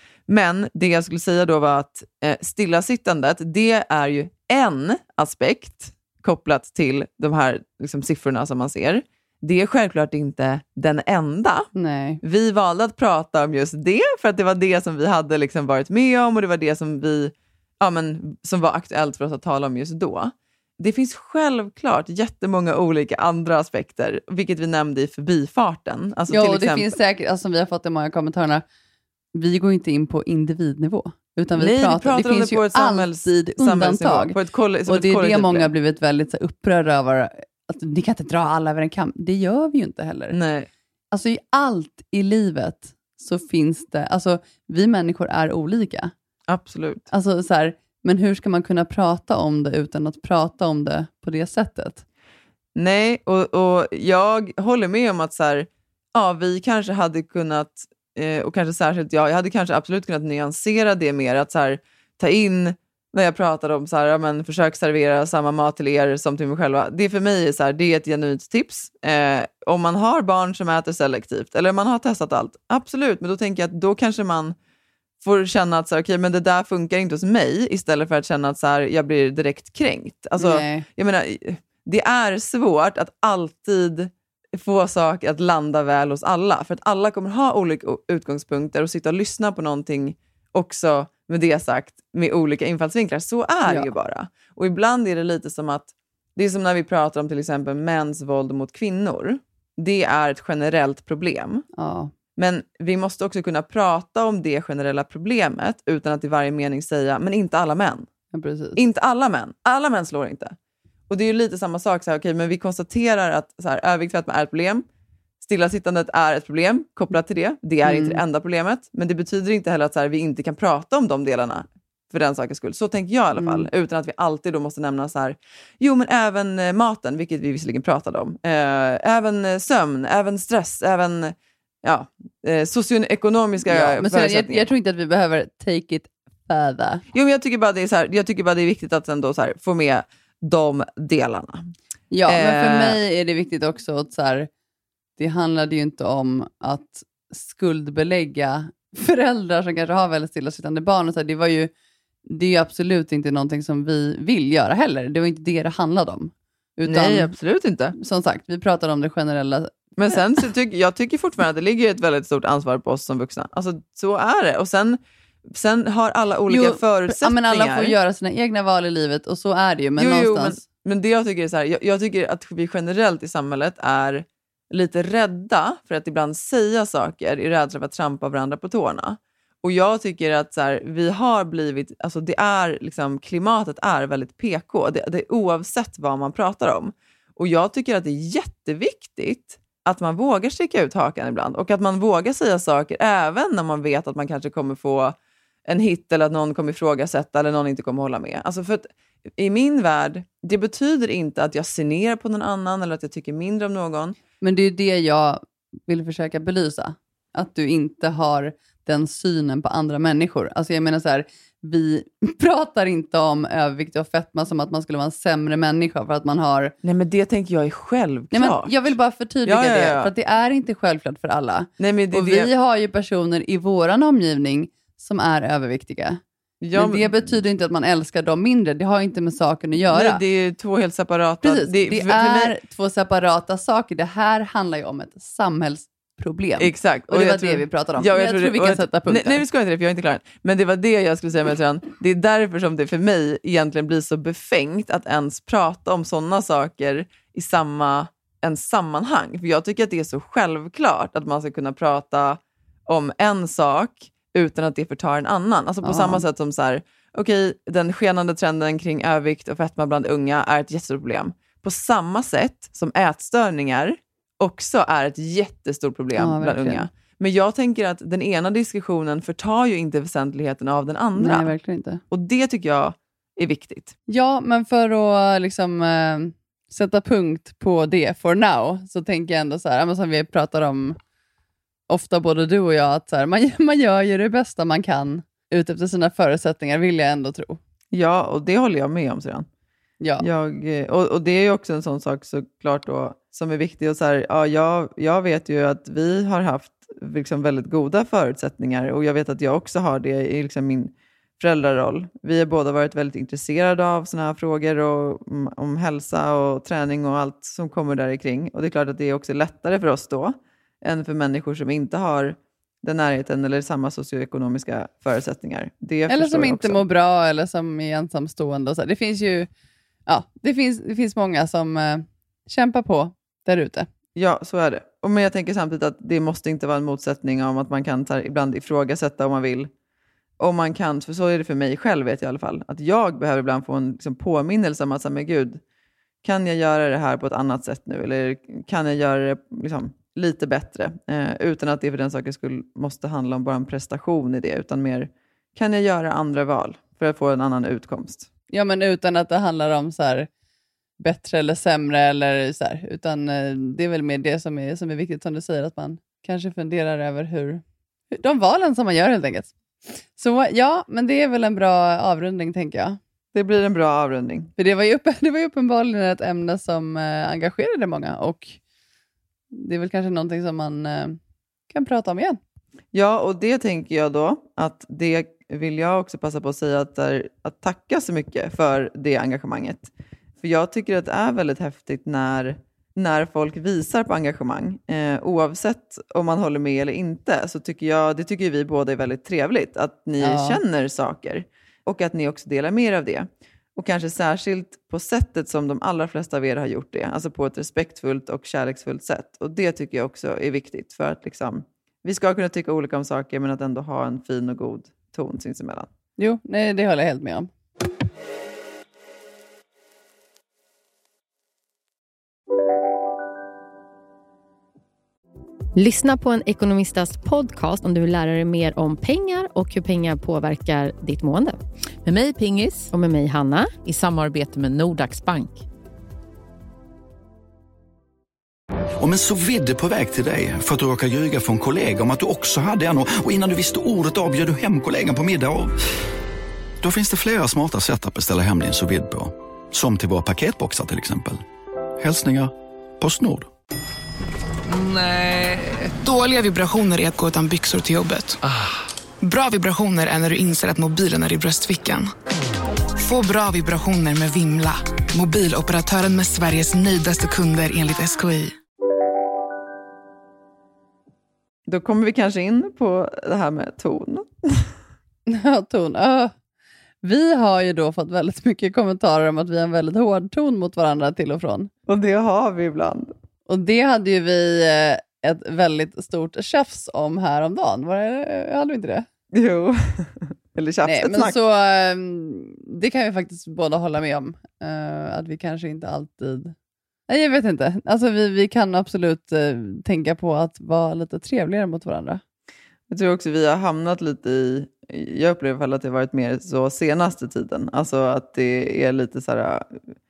Men det jag skulle säga då var att eh, stillasittandet, det är ju en aspekt kopplat till de här liksom, siffrorna som man ser. Det är självklart inte den enda. Nej. Vi valde att prata om just det för att det var det som vi hade liksom varit med om och det var det som, vi, ja, men, som var aktuellt för oss att tala om just då. Det finns självklart jättemånga olika andra aspekter, vilket vi nämnde i förbifarten. Alltså, ja, till och exempel... det finns säkert, alltså, som vi har fått i många kommentarerna, vi går inte in på individnivå. Utan vi, Nej, pratar, vi pratar det om finns det på ju ett samhälls, alltid undantag. På ett koll, och det är det många har blivit väldigt så, upprörda över. Att ni kan inte dra alla över en kam. Det gör vi ju inte heller. Nej. Alltså i allt i livet så finns det, alltså vi människor är olika. Absolut. Alltså så här, men hur ska man kunna prata om det utan att prata om det på det sättet? Nej, och, och jag håller med om att så här, ja, vi kanske hade kunnat, eh, och kanske särskilt jag, jag hade kanske absolut kunnat nyansera det mer, att så här, ta in när jag pratade om så här, ja, men försök servera samma mat till er som till mig själva. Det för mig är så här, det är ett genuint tips. Eh, om man har barn som äter selektivt, eller man har testat allt, absolut, men då tänker jag att då kanske man får känna att så här, okay, men det där funkar inte hos mig, istället för att känna att så här, jag blir direkt kränkt. Alltså, Nej. jag menar, det är svårt att alltid få saker att landa väl hos alla, för att alla kommer ha olika utgångspunkter och sitta och lyssna på någonting också, med det sagt, med olika infallsvinklar. Så är Ja. det ju bara. Och ibland är det lite som att, det är som när vi pratar om till exempel mäns våld mot kvinnor. Det är ett generellt problem. Ja. Men vi måste också kunna prata om det generella problemet utan att i varje mening säga, men inte alla män. Ja, precis. Inte alla män. Alla män slår inte. Och det är ju lite samma sak. Så här, okay, men vi konstaterar att så här, övervikt är ett problem. Stillasittandet är ett problem kopplat till det. Det är Mm. inte det enda problemet. Men det betyder inte heller att så här, vi inte kan prata om de delarna för den sakens skull. Så tänker jag i alla fall. Mm. Utan att vi alltid då måste nämna så här, jo men även eh, maten, vilket vi visserligen pratade om. Eh, även eh, sömn, även stress, även ja, eh, socioekonomiska Ja, men sen, jag, förutsättningar. jag tror inte att vi behöver take it further. Jo, men jag tycker bara det är så här, jag tycker bara det är viktigt att ändå så här, få med de delarna. Ja, men för Eh. mig är det viktigt också att så här, det handlade ju inte om att skuldbelägga föräldrar som kanske har väldigt stillasittande barn. Och så här, det var ju, det är ju absolut inte någonting som vi vill göra heller. Det var inte det det handlade om. Utan, Nej, absolut inte. som sagt, vi pratade om det generella. Men sen så tycker jag tycker fortfarande att det ligger ett väldigt stort ansvar på oss som vuxna. Alltså så är det. Och sen, sen har alla olika Jo, förutsättningar. Ja, men alla får göra sina egna val i livet och så är det ju. Men jo, någonstans... jo, men, men det jag tycker är så här, jag, jag tycker att vi generellt i samhället är lite rädda för att ibland säga saker i rädsla för att trampa varandra på tårna. Och jag tycker att så här, vi har blivit, alltså det är liksom, klimatet är väldigt P K. Det, det är oavsett vad man pratar om. Och jag tycker att det är jätteviktigt att man vågar sticka ut hakan ibland. Och att man vågar säga saker även när man vet att man kanske kommer få en hit eller att någon kommer ifrågasätta eller någon inte kommer hålla med. Alltså för att i min värld, det betyder inte att jag ser ner på någon annan eller att jag tycker mindre om någon. Men det är ju det jag vill försöka belysa. Att du inte har den synen på andra människor. Alltså jag menar så här, vi pratar inte om övervikt och fetma som att man skulle vara en sämre människa för att man har... Nej, men det tänker jag är självklart. Nej, men jag vill bara förtydliga Ja, ja, ja. det. För att det är inte självklart för alla. Nej, men det, och det... vi har ju personer i våran omgivning som är överviktiga. Ja, men det betyder inte att man älskar dem mindre. Det har inte med saken att göra. Nej, det är två helt separata... Precis, det, det för, är för mig... två separata saker. Det här handlar ju om ett samhällsproblem. Exakt. Och det jag var tror... det vi pratade om. Ja, jag, jag jag tror, tror vi det... kan sätta punkter. Nej, nej, vi ska inte det, för jag är inte klar än. Men det var det jag skulle säga med det. Det är därför som det för mig egentligen blir så befängt att ens prata om sådana saker i samma en sammanhang. För jag tycker att det är så självklart att man ska kunna prata om en sak utan att det förtar en annan. Alltså på Ja. samma sätt som så här, okej, okay, den skenande trenden kring övervikt och fetma bland unga är ett jättestort problem. På samma sätt som ätstörningar också är ett jättestort problem Ja, bland verkligen. unga. Men jag tänker att den ena diskussionen förtar ju inte väsentligheten av den andra. Nej, verkligen inte. Och det tycker jag är viktigt. Ja, men för att liksom eh, sätta punkt på det for now, så tänker jag ändå så här, som vi pratar om ofta både du och jag, att så här, man, man gör ju det bästa man kan ut efter sina förutsättningar, vill jag ändå tro. Ja, och det håller jag med om sedan. Ja. Jag, och, och det är ju också en sån sak såklart då, som är viktig. Och så här, ja, jag, jag vet ju att vi har haft liksom väldigt goda förutsättningar, och jag vet att jag också har det i liksom min föräldraroll. Vi har båda varit väldigt intresserade av såna här frågor och om, om hälsa och träning och allt som kommer där kring. Och det är klart att det är också lättare för oss då än för människor som inte har den närheten eller samma socioekonomiska förutsättningar. Det Eller som inte också. mår bra eller som är ensamstående. Och så. Det finns ju ja, det finns, det finns många som eh, kämpar på där ute. Ja, så är det. Och men jag tänker samtidigt att det måste inte vara en motsättning om att man kan ta, ibland ifrågasätta om man vill. Om man kan, för så är det för mig själv vet jag i alla fall. Att jag behöver ibland få en liksom, påminnelse om att, men gud, kan jag göra det här på ett annat sätt nu? Eller kan jag göra det liksom, lite bättre? Eh, utan att det för den saken skulle måste handla om bara en prestation i det. Utan mer, kan jag göra andra val för att få en annan utkomst? Ja, men utan att det handlar om så här bättre eller sämre eller så här, utan eh, det är väl mer det som är, som är viktigt som du säger, att man kanske funderar över hur, hur de valen som man gör helt enkelt. Så ja, men det är väl en bra avrundning tänker jag. Det blir en bra avrundning. För det var ju, upp, det var ju uppenbarligen ett ämne som eh, engagerade många, och det är väl kanske någonting som man eh, kan prata om igen. Ja, och det tänker jag då, att det vill jag också passa på att säga, att, där, att tacka så mycket för det engagemanget. För jag tycker att det är väldigt häftigt när, när folk visar på engagemang. Eh, oavsett om man håller med eller inte, så tycker jag, det tycker vi båda är väldigt trevligt. Att ni Ja. känner saker och att ni också delar mer av det. Och kanske särskilt på sättet som de allra flesta av er har gjort det. Alltså på ett respektfullt och kärleksfullt sätt. Och det tycker jag också är viktigt, för att liksom, vi ska kunna tycka olika om saker, men att ändå ha en fin och god ton sinsemellan. Jo, nej, det håller jag helt med om. Lyssna på en ekonomistas podcast om du vill lära dig mer om pengar och hur pengar påverkar ditt mående. Med mig Pingis. Och med mig Hanna. I samarbete med Nordax Bank. Om en så vidde på väg till dig för att du råkar ljuga från kollega om att du också hade en, och innan du visste ordet av bjöd du hem kollegan på middag. Och då finns det flera smarta sätt att beställa hem din så vid på. Som till våra paketboxar till exempel. Hälsningar Postnord. Nej. Dåliga vibrationer är att gå utan byxor till jobbet. Ah. Bra vibrationer är när du inser att mobilen är i bröstfickan. Få bra vibrationer med Vimla. Mobiloperatören med Sveriges nöjdaste kunder enligt S K I. Då kommer vi kanske in på det här med ton. Ja, ton. Uh, vi har ju då fått väldigt mycket kommentarer om att vi har en väldigt hård ton mot varandra till och från. Och det har vi ibland. Och det hade ju vi eh, ett väldigt stort tjafs om här om dagen. Var det, hade vi inte det? Jo. Eller tjafs, Nej, ett men snack. så eh, det kan vi faktiskt båda hålla med om. Eh, att vi kanske inte alltid... Nej, jag vet inte. Alltså vi, vi kan absolut eh, tänka på att vara lite trevligare mot varandra. Jag tror också vi har hamnat lite i... Jag upplever i alla fall att det har varit mer så senaste tiden. Alltså att det är lite så här...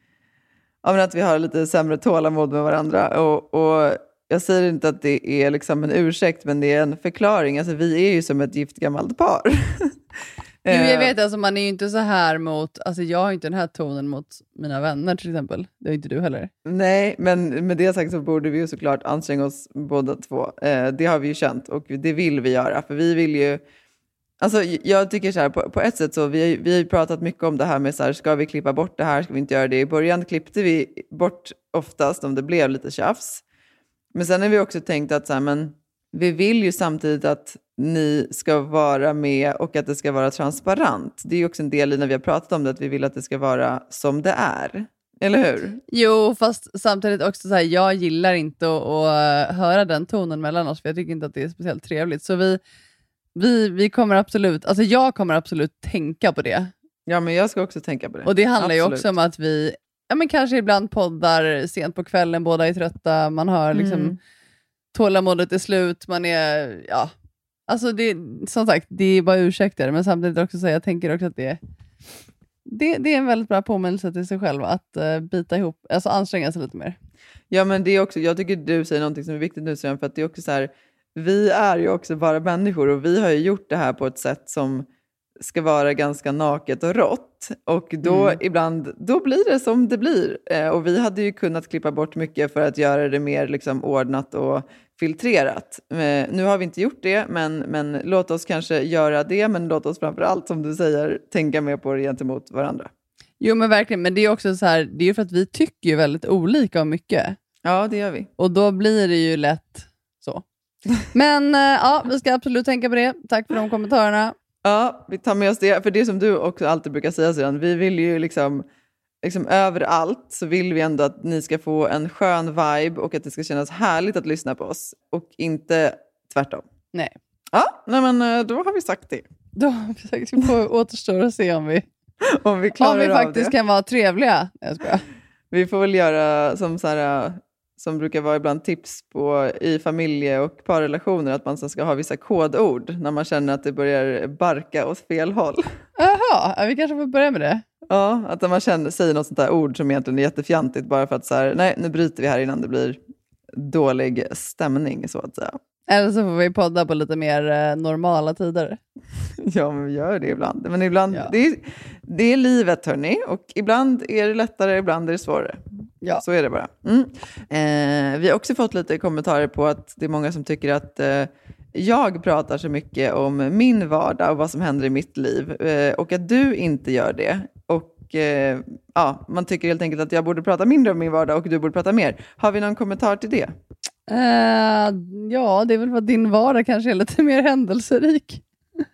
Ja, men att vi har lite sämre tålamod med varandra. Och, och jag säger inte att det är liksom en ursäkt, men det är en förklaring. Alltså vi är ju som ett gift gammalt par. Jo, jag vet, alltså man är ju inte så här mot... Alltså jag har inte den här tonen mot mina vänner till exempel. Det har inte du heller. Nej, men med det sagt så borde vi ju såklart anstränga oss båda två. Eh, det har vi ju känt och det vill vi göra. För vi vill ju... Alltså jag tycker så här, på, på ett sätt så, vi har, vi har ju pratat mycket om det här med så här, ska vi klippa bort det här, ska vi inte göra det? I början klippte vi bort oftast om det blev lite tjafs. Men sen har vi också tänkt att så här, men vi vill ju samtidigt att ni ska vara med och att det ska vara transparent. Det är ju också en del i när vi har pratat om det, att vi vill att det ska vara som det är. Eller hur? Jo, fast samtidigt också så här, jag gillar inte att, att höra den tonen mellan oss, för jag tycker inte att det är speciellt trevligt. Så vi... Vi, vi kommer absolut, alltså jag kommer absolut tänka på det. Ja, men jag ska också tänka på det. Och det handlar absolut. ju också om att vi, ja men kanske ibland poddar sent på kvällen, båda är trötta, man har liksom Mm. tålamodet är slut, man är, ja. Alltså det, som sagt, det är bara ursäkter, men samtidigt också så jag tänker också att det, det, det är en väldigt bra påminnelse till sig själv att uh, bita ihop, alltså anstränga sig lite mer. Ja, men det är också, jag tycker du säger någonting som är viktigt nu, för att det är också så här, vi är ju också bara människor och vi har ju gjort det här på ett sätt som ska vara ganska naket och rått. Och då Mm. ibland, då blir det som det blir. Eh, och vi hade ju kunnat klippa bort mycket för att göra det mer liksom ordnat och filtrerat. Eh, nu har vi inte gjort det, men, men låt oss kanske göra det. Men låt oss framförallt, som du säger, tänka mer på det gentemot varandra. Jo men verkligen, men det är också så här, det är ju för att vi tycker ju väldigt olika om mycket. Ja, det gör vi. Och då blir det ju lätt så. Men äh, ja, vi ska absolut tänka på det. Tack för de kommentarerna. Ja, vi tar med oss det. För det som du också alltid brukar säga sedan, vi vill ju liksom, liksom överallt så vill vi ändå att ni ska få en skön vibe och att det ska kännas härligt att lyssna på oss. Och inte tvärtom. Nej. Ja, nej men då har vi sagt det. Då har vi sagt, vi får återstår att se om vi, om vi klarar om vi av faktiskt det. kan vara trevliga. Jag skojar. Vi får väl göra som så här, som brukar vara ibland tips på i familje- och parrelationer, att man ska ha vissa kodord när man känner att det börjar barka åt fel håll. Jaha, vi kanske får börja med det. Ja, att när man känner, säger något sånt där ord som egentligen är jättefjantigt bara för att så här, nej, nu bryter vi här innan det blir dålig stämning, så att säga. Eller så får vi podda på lite mer eh, normala tider. Ja, men vi gör det ibland. Men ibland, Ja. det, är, det är livet, hörni. Och ibland är det lättare, ibland är det svårare. Ja. Så är det bara. Mm. Eh, vi har också fått lite kommentarer på att det är många som tycker att eh, jag pratar så mycket om min vardag och vad som händer i mitt liv. Eh, och att du inte gör det. Och eh, ja, man tycker helt enkelt att jag borde prata mindre om min vardag och du borde prata mer. Har vi någon kommentar till det? Uh, ja, det är väl för att din vardag kanske är lite mer händelserik.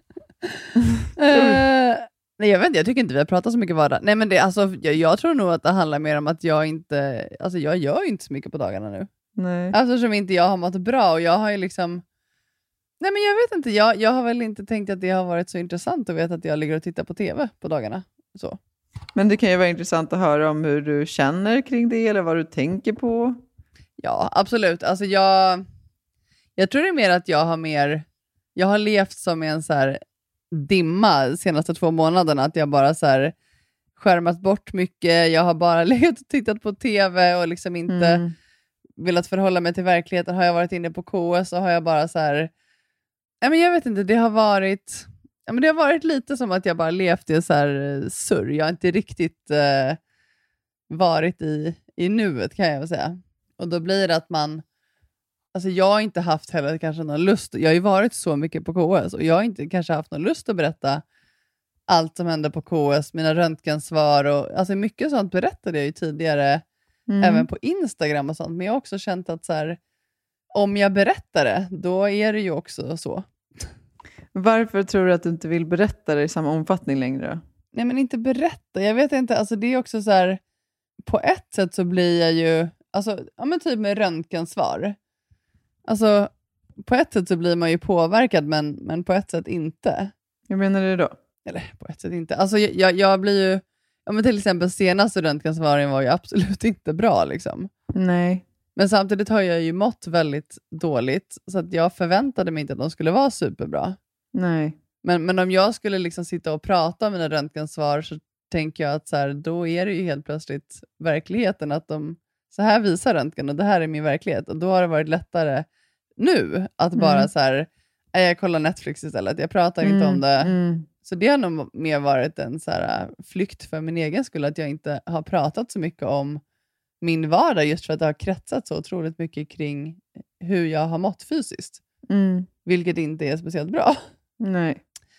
uh, nej, jag vet inte, jag tycker inte vi har pratat så mycket vardag. Nej, men det, alltså, jag, jag tror nog att det handlar mer om att jag inte, alltså jag gör inte så mycket på dagarna nu. Nej. Eftersom inte jag har mått bra och jag har ju liksom, nej men jag vet inte, jag, jag har väl inte tänkt att det har varit så intressant att veta att jag ligger och tittar på tv på dagarna. Så. Men det kan ju vara intressant att höra om hur du känner kring det eller vad du tänker på. Ja, absolut. Alltså jag, jag tror det är mer att jag har mer, jag har levt som en så här dimma de senaste två månaderna. Att jag bara så här skärmat bort mycket. Jag har bara legat och tittat på tv och liksom inte mm. velat förhålla mig till verkligheten. Har jag varit inne på K S så har jag bara så här, ja, men jag vet inte, det har varit, ja, men det har varit lite som att jag bara levt i så här surr. Jag har inte riktigt eh, varit i, i nuet, kan jag väl säga. Och då blir det att man, alltså jag har inte haft heller kanske någon lust, jag har ju varit så mycket på K S och jag har inte kanske haft någon lust att berätta allt som händer på K S, mina röntgensvar och alltså mycket sånt berättade jag ju tidigare mm. även på Instagram och sånt, men jag har också känt att så här, om jag berättar det, då är det ju också så. Varför tror du att du inte vill berätta det i samma omfattning längre? Nej, men inte berätta, jag vet inte, alltså det är också så här, på ett sätt så blir jag ju, alltså, ja men typ med röntgensvar. Alltså, på ett sätt så blir man ju påverkad, men, men på ett sätt inte. Hur menar du då? Eller på ett sätt inte. Alltså, jag, jag blir ju, ja men till exempel senaste röntgensvaren var ju absolut inte bra liksom. Nej. Men samtidigt har jag ju mått väldigt dåligt, så att jag förväntade mig inte att de skulle vara superbra. Nej. Men, men om jag skulle liksom sitta och prata om mina röntgensvar så tänker jag att så här, då är det ju helt plötsligt verkligheten att de, så här visar röntgen och det här är min verklighet. Och då har det varit lättare nu att bara mm. så här, jag kollar Netflix istället, jag pratar mm. inte om det. Mm. Så det har nog mer varit en så här flykt för min egen skull, att jag inte har pratat så mycket om min vardag, just för att det har kretsat så otroligt mycket kring hur jag har mått fysiskt. Mm. Vilket inte är speciellt bra. Nej.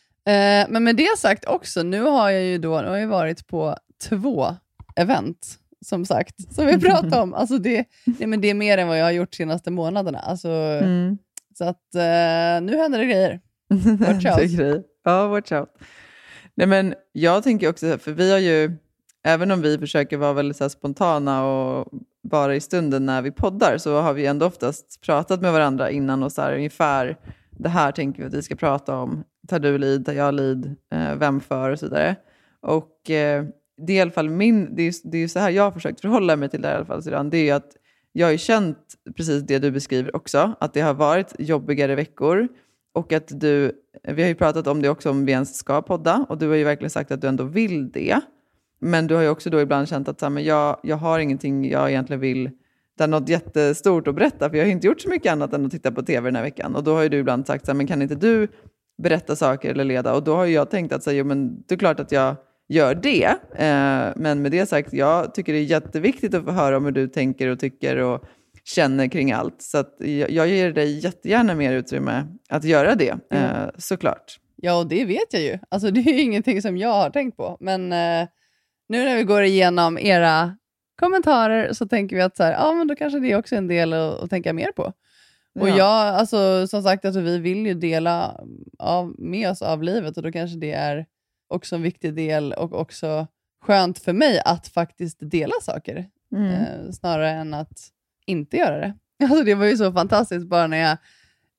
Eh, men med det sagt också, nu har jag ju då nu har jag varit på två event, som sagt, som vi pratade om. Alltså det, nej, men det är mer än vad jag har gjort de senaste månaderna. Alltså, mm. Så att eh, nu händer det grejer. Watch out. grejer. Ja, watch out. Nej, men jag tänker också, för vi har ju, även om vi försöker vara väldigt så här spontana och bara i stunden när vi poddar, så har vi ändå oftast pratat med varandra innan och så här ungefär, det här tänker vi att vi ska prata om. Tar du lid, tar jag lid, eh, vem för och så vidare. Och eh, det är i alla fall min, det är, det är så här jag har försökt förhålla mig till det i alla fall sedan. Det är ju att jag har ju känt precis det du beskriver också, att det har varit jobbigare veckor. Och att du, vi har ju pratat om det också, om vi ens ska podda. Och du har ju verkligen sagt att du ändå vill det. Men du har ju också då ibland känt att så här, men jag, jag har ingenting jag egentligen vill, det är något jättestort att berätta. För jag har inte gjort så mycket annat än att titta på tv den här veckan. Och då har ju du ibland sagt så här, men kan inte du berätta saker eller leda? Och då har ju jag tänkt att så här, jo, men det är klart att jag gör det. Eh, men med det sagt, jag tycker det är jätteviktigt att få höra om hur du tänker och tycker och känner kring allt. Så att jag, jag ger dig jättegärna mer utrymme att göra det, eh, mm. såklart. Ja, och det vet jag ju. Alltså det är ju ingenting som jag har tänkt på. Men eh, nu när vi går igenom era kommentarer så tänker vi att så här, ja, men då kanske det är också en del att, att tänka mer på. Och ja. jag, alltså som sagt, alltså, vi vill ju dela av, med oss av livet, och då kanske det är också en viktig del och också skönt för mig att faktiskt dela saker. Mm. Eh, snarare än att inte göra det. Alltså det var ju så fantastiskt bara när jag,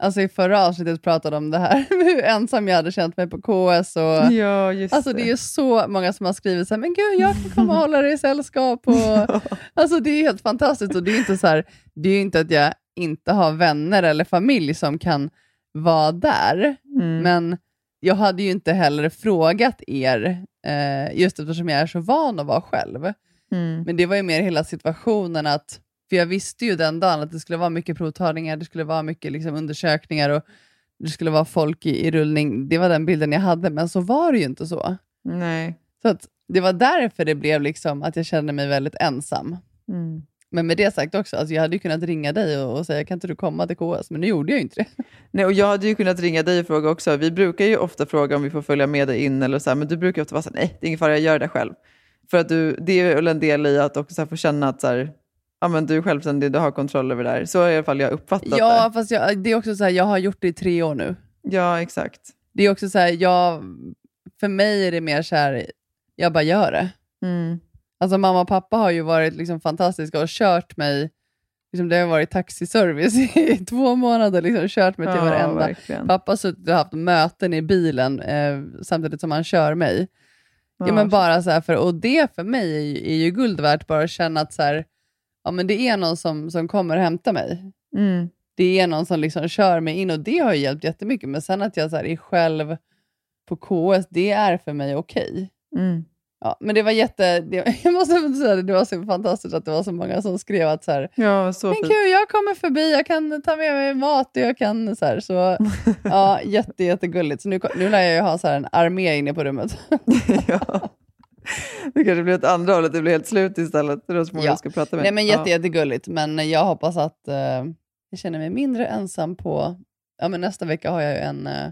alltså i förra avsnittet pratade om det här, hur ensam jag hade känt mig på K S. Och, ja, just alltså det är ju så många som har skrivit så här, men gud, jag kan komma och hålla dig i sällskap. Och, ja. Alltså det är helt fantastiskt, och det är inte så här, det är inte att jag inte har vänner eller familj som kan vara där, mm. men jag hade ju inte heller frågat er, eh, just eftersom jag är så van att vara själv. Mm. Men det var ju mer hela situationen att, för jag visste ju den dagen att det skulle vara mycket provtagningar, det skulle vara mycket liksom undersökningar och det skulle vara folk i, i rullning. Det var den bilden jag hade, men så var det ju inte så. Nej. Så att det var därför det blev liksom att jag kände mig väldigt ensam. Mm. Men med det sagt också, alltså jag hade ju kunnat ringa dig och, och säga, kan inte du komma till K S? Men nu gjorde jag ju inte det. Nej, och jag hade ju kunnat ringa dig och fråga också. Vi brukar ju ofta fråga om vi får följa med dig in eller så här, men du brukar ofta vara så här, nej, det är ingen fara, jag gör det själv. För att du, det är väl en del i att också så här få känna att så här, ja, men du är självständig, du har kontroll över det här. Så har i alla fall jag uppfattat ja, det. Ja, fast jag, det är också så här, jag har gjort det i tre år nu. Ja, exakt. Det är också så här, jag, för mig är det mer så här, jag bara gör det. Mm. Alltså mamma och pappa har ju varit liksom fantastiska och kört mig, liksom det har varit taxiservice i två månader, liksom kört mig till ja, varenda. Verkligen. Pappa har suttit och haft möten i bilen eh, samtidigt som han kör mig. Ja, ja men bara så här, för, och det för mig är ju, är ju guld värt, bara att känna att så här, ja men det är någon som, som kommer och hämtar mig. Mm. Det är någon som liksom kör mig in, och det har ju hjälpt jättemycket. Men sen att jag så här, är själv på K S, det är för mig okej. Mm. Ja, men det var jätte, det, jag måste säga det, det var så fantastiskt att det var så många som skrev att så här, ja, så men fint. kul, jag kommer förbi, jag kan ta med mig mat och jag kan så här, så ja, jätte, jättegulligt. Så nu, nu lär jag ju ha så här en armé inne på rummet. Ja. Det kanske blir ett andra hållet, det blir helt slut istället. Det är så många ja. ska prata med. Nej, men jätte, ja. jättegulligt, men jag hoppas att uh, jag känner mig mindre ensam på, ja men nästa vecka har jag ju en uh,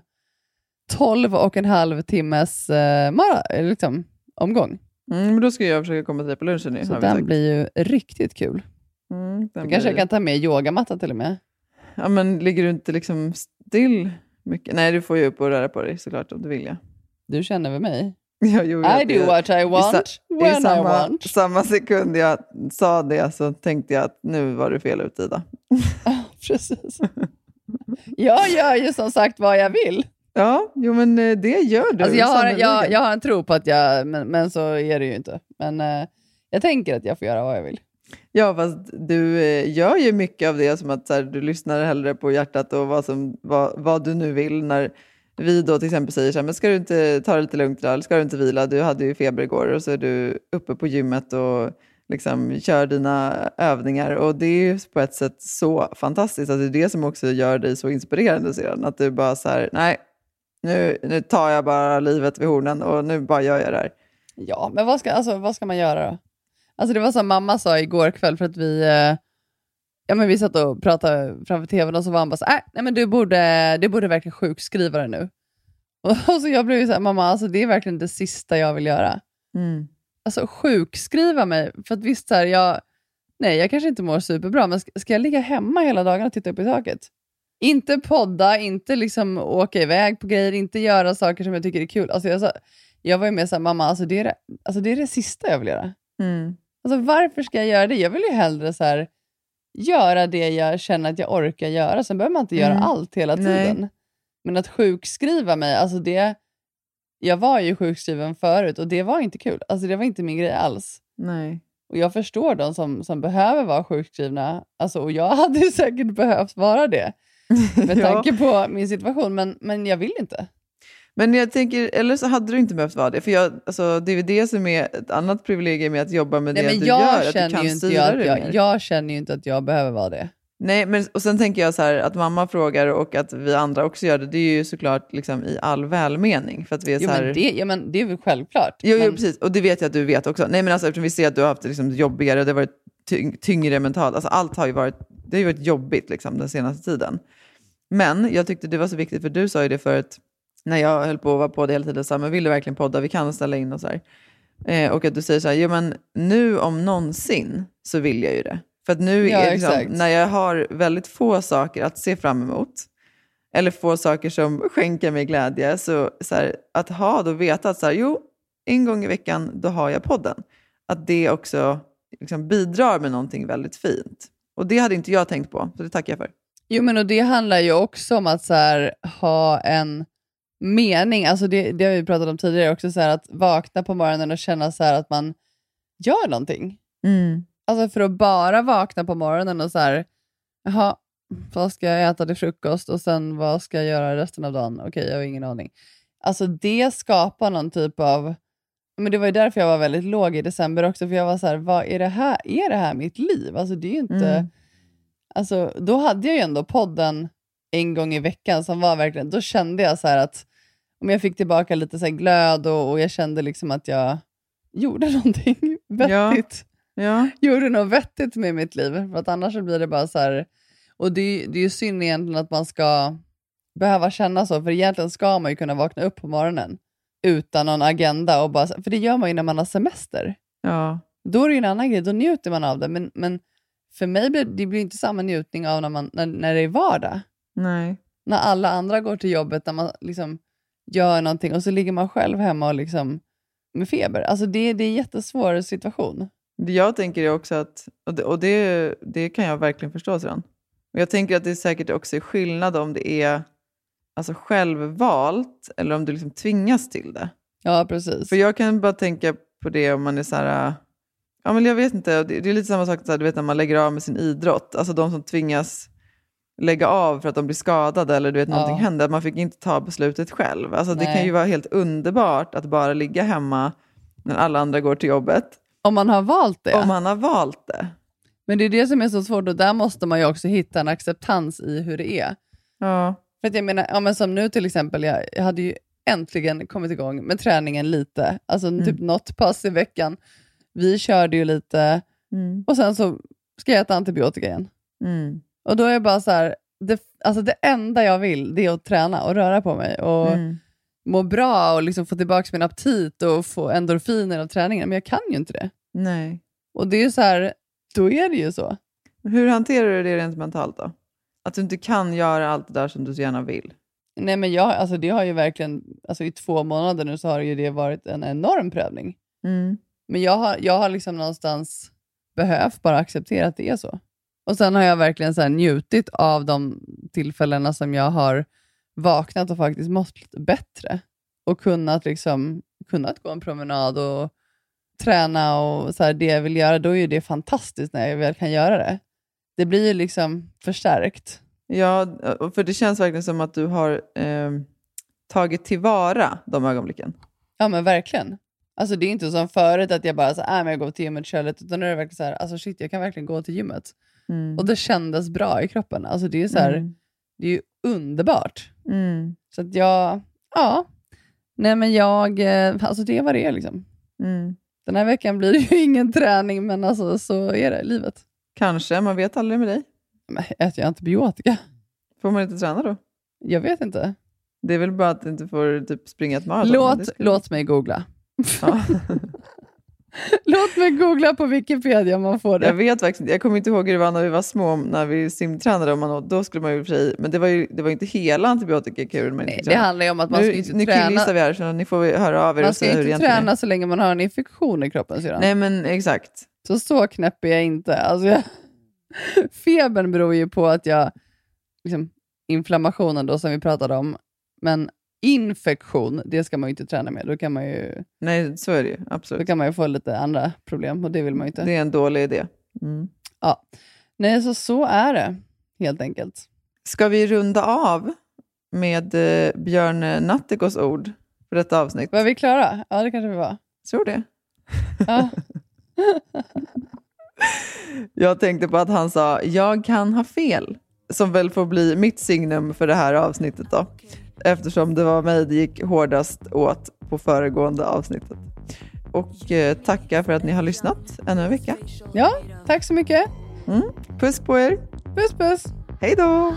tolv och en halv timmes uh, mara, liksom, omgång. Mm, men då ska jag försöka komma till dig på lunchen nu. Så den blir ju riktigt kul. Mm, då blir... kanske jag kan ta med yogamatta till och med. Ja, men ligger du inte liksom still mycket? Nej, du får ju upp och röra på dig såklart om du vill. Ja. Du känner väl mig? Ja, jo, I do what I want, i, sa- when i samma, I want. samma sekund jag sa det så tänkte jag att nu var du fel ut, Ida. Ja, precis. Jag gör ju som sagt vad jag vill. Ja, jo men det gör du. Alltså jag, har, jag, jag har en tro på att jag, men, men så är det ju inte. Men eh, jag tänker att jag får göra vad jag vill. Ja, fast du eh, gör ju mycket av det som att så här, du lyssnar hellre på hjärtat och vad, som, vad, vad du nu vill. När vi då till exempel säger så här, men ska du inte ta det lite lugnt idag? Ska du inte vila? Du hade ju feber igår och så är du uppe på gymmet och liksom kör dina övningar. Och det är ju på ett sätt så fantastiskt. Att det är det som också gör dig så inspirerande sedan. Att du bara så här, nej. Nu, nu tar jag bara livet vid hornen och nu bara gör jag det här. Ja, men vad ska, alltså, vad ska man göra då? Alltså det var som mamma sa igår kväll, för att vi eh, ja, men vi satt och pratade framför tvn och så var han bara så äh, nej men du borde, du borde verkligen sjukskriva dig nu. Och, och så jag blev ju så här, mamma, alltså det är verkligen det sista jag vill göra. Mm. Alltså sjukskriva mig, för att visst så här, jag, nej jag kanske inte mår superbra, men ska, ska jag ligga hemma hela dagen och titta upp i taket? Inte podda, inte liksom åka iväg på grejer, inte göra saker som jag tycker är kul. Alltså jag, sa, jag var ju med så här, mamma, alltså det, är det, alltså det är det sista jag vill göra. Mm. Alltså varför ska jag göra det? Jag vill ju hellre så här, göra det jag känner att jag orkar göra. Sen behöver man inte göra mm. allt hela tiden. Nej. Men att sjukskriva mig, alltså det... Jag var ju sjukskriven förut och det var inte kul. Alltså det var inte min grej alls. Nej. Och jag förstår de som, som behöver vara sjukskrivna. Alltså, och jag hade ju säkert behövt vara det. Med ja. tanke på min situation. Men, men jag vill inte. Men jag tänker, eller så hade du inte behövt vara det. För jag, alltså, det är det som är ett annat privilegium med att jobba med Nej, det men du jag gör. Att känner du kan ju inte styra jag, det jag, mer. jag känner ju inte att jag behöver vara det. Nej, men och sen tänker jag så här att mamma frågar och att vi andra också gör det. Det är ju såklart liksom i all välmening. För att vi är jo, så här... men det, ja, men det är väl självklart. Jo, men... jo, precis. Och det vet jag att du vet också. Nej, men alltså eftersom vi ser att du har haft det liksom jobbigare. Det har varit ty- tyngre mentalt. Alltså allt har ju varit, det har ju varit jobbigt liksom den senaste tiden. Men jag tyckte det var så viktigt, för du sa ju det förut. När jag höll på att vara på det hela tiden, så här, men vill du verkligen podda? Vi kan ställa in och så här. Eh, och att du säger så här, jo men nu om någonsin så vill jag ju det. För att nu ja, är liksom, exakt. när jag har väldigt få saker att se fram emot, eller få saker som skänker mig glädje, så, så här, att ha då veta att så här, jo, en gång i veckan då har jag podden. Att det också liksom bidrar med någonting väldigt fint. Och det hade inte jag tänkt på, så det tackar jag för. Jo, men och det handlar ju också om att så här, ha en mening. Alltså det, det har vi pratat om tidigare också. Så här, att vakna på morgonen och känna så här att man gör någonting. Mm. Alltså för att bara vakna på morgonen och så här, jaha, vad ska jag äta till frukost och sen vad ska jag göra resten av dagen? Okej, jag har ingen aning. Alltså det skapar någon typ av, men det var ju därför jag var väldigt låg i december också, för jag var så här, vad är det här? Är det här mitt liv? Alltså det är ju inte, Mm. alltså då hade jag ju ändå podden en gång i veckan som var verkligen, då kände jag så här att om jag fick tillbaka lite så här glöd och, och jag kände liksom att jag gjorde någonting vettigt. Ja. Ja. Gjorde något vettigt med mitt liv. För att annars så blir det bara så här, och det, det är ju synd egentligen att man ska behöva känna så, för egentligen ska man ju kunna vakna upp på morgonen utan någon agenda och bara, för det gör man ju när man har semester. Ja. Då är det ju en annan grej, då njuter man av det, men, men för mig blir det blir inte samma njutning av när, man, när, när det är vardag. Nej. När alla andra går till jobbet, när man liksom gör någonting och så ligger man själv hemma och liksom med feber. Alltså det, det är en jättesvår situation. Jag tänker också att, och det, och det, det kan jag verkligen förstå sedan. Och jag tänker att det är säkert också är skillnad om det är alltså självvalt eller om du liksom tvingas till det. Ja, precis. För jag kan bara tänka på det om man är så här, ja men jag vet inte, det, det är lite samma sak så här, du vet när man lägger av med sin idrott. Alltså de som tvingas lägga av för att de blir skadade eller du vet någonting Ja. händer. Man fick inte ta beslutet själv. Alltså det Nej. kan ju vara helt underbart att bara ligga hemma när alla andra går till jobbet. Om man har valt det. Om man har valt det. Men det är det som är så svårt och där måste man ju också hitta en acceptans i hur det är. Ja. För att jag menar, ja, men som nu till exempel, jag, jag hade ju äntligen kommit igång med träningen lite. Alltså Mm. typ något pass i veckan. Vi körde ju lite Mm. och sen så ska jag äta antibiotika igen. Mm. Och då är jag bara så här, det, alltså det enda jag vill det är att träna och röra på mig och Mm. må bra och liksom få tillbaka min aptit och få endorfiner av träningen. Men jag kan ju inte det. Nej. Och det är ju så här, då är det ju så. Hur hanterar du det rent mentalt då? Att du inte kan göra allt det där som du så gärna vill. Nej men jag, alltså det har ju verkligen, alltså i två månader nu så har ju det varit en enorm prövning. Mm. Men jag har, jag har liksom någonstans behövt bara acceptera att det är så. Och sen har jag verkligen så här njutit av de tillfällena som jag har vaknat och faktiskt mått lite bättre. Och kunnat liksom, kunnat gå en promenad och träna och så här, det jag vill göra, då är ju det fantastiskt när jag väl kan göra det. Det blir ju liksom förstärkt. Ja, för det känns verkligen som att du har eh, tagit tillvara de ögonblicken. Ja men verkligen. Alltså det är inte som förut att jag bara så, äh, men jag går till gymmet och kör lite, utan nu är det verkligen så här, alltså shit, jag kan verkligen gå till gymmet. Mm. Och det kändes bra i kroppen. Alltså det är så här, Mm. det är ju underbart. Mm. Så att jag, ja. Nej men jag, eh, alltså det var det är liksom. Mm. Den här veckan blir det ju ingen träning, men alltså så är det livet. Kanske, man vet aldrig med dig. Men äter jag antibiotika? Får man inte träna då? Jag vet inte. Det är väl bara att du inte får typ springa ett maraton. Låt, ska... låt mig googla. Ja. Låt mig googla på Wikipedia om man får det. Jag vet faktiskt inte. Jag kommer inte ihåg hur det var när vi var små, när vi simtränade. Om man, då skulle man ju för sig, men det var ju det var inte hela antibiotikakuren. Man Nej, inte det handlar ju om att man nu, ska inte nu träna. killgissar vi här, så ni får höra av er. Man och ska säga hur inte det egentligen träna är. så länge man har en infektion i kroppen. Sedan. Nej men exakt. Så så knäpp är jag inte. Alltså jag... Febern beror ju på att jag liksom, inflammationen då som vi pratade om. Men infektion, det ska man ju inte träna med. Då kan man ju, Nej, så är det ju. Absolut. då kan man ju få lite andra problem och det vill man ju inte. Det är en dålig idé. Mm. Ja. Nej, så så är det helt enkelt. Ska vi runda av med eh, Björn Natthikos ord för detta avsnitt? Var vi klara? Ja, det kanske vi var. Tror det. Ja. Jag tänkte på att han sa, jag kan ha fel. Som väl får bli mitt signum för det här avsnittet då. Eftersom det var mig det gick hårdast åt på föregående avsnittet. Och eh, tacka för att ni har lyssnat ännu en vecka. Ja, tack så mycket. Mm. Puss på er. Puss, puss. Hej då.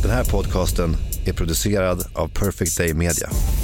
Den här podcasten är producerad av Perfect Day Media.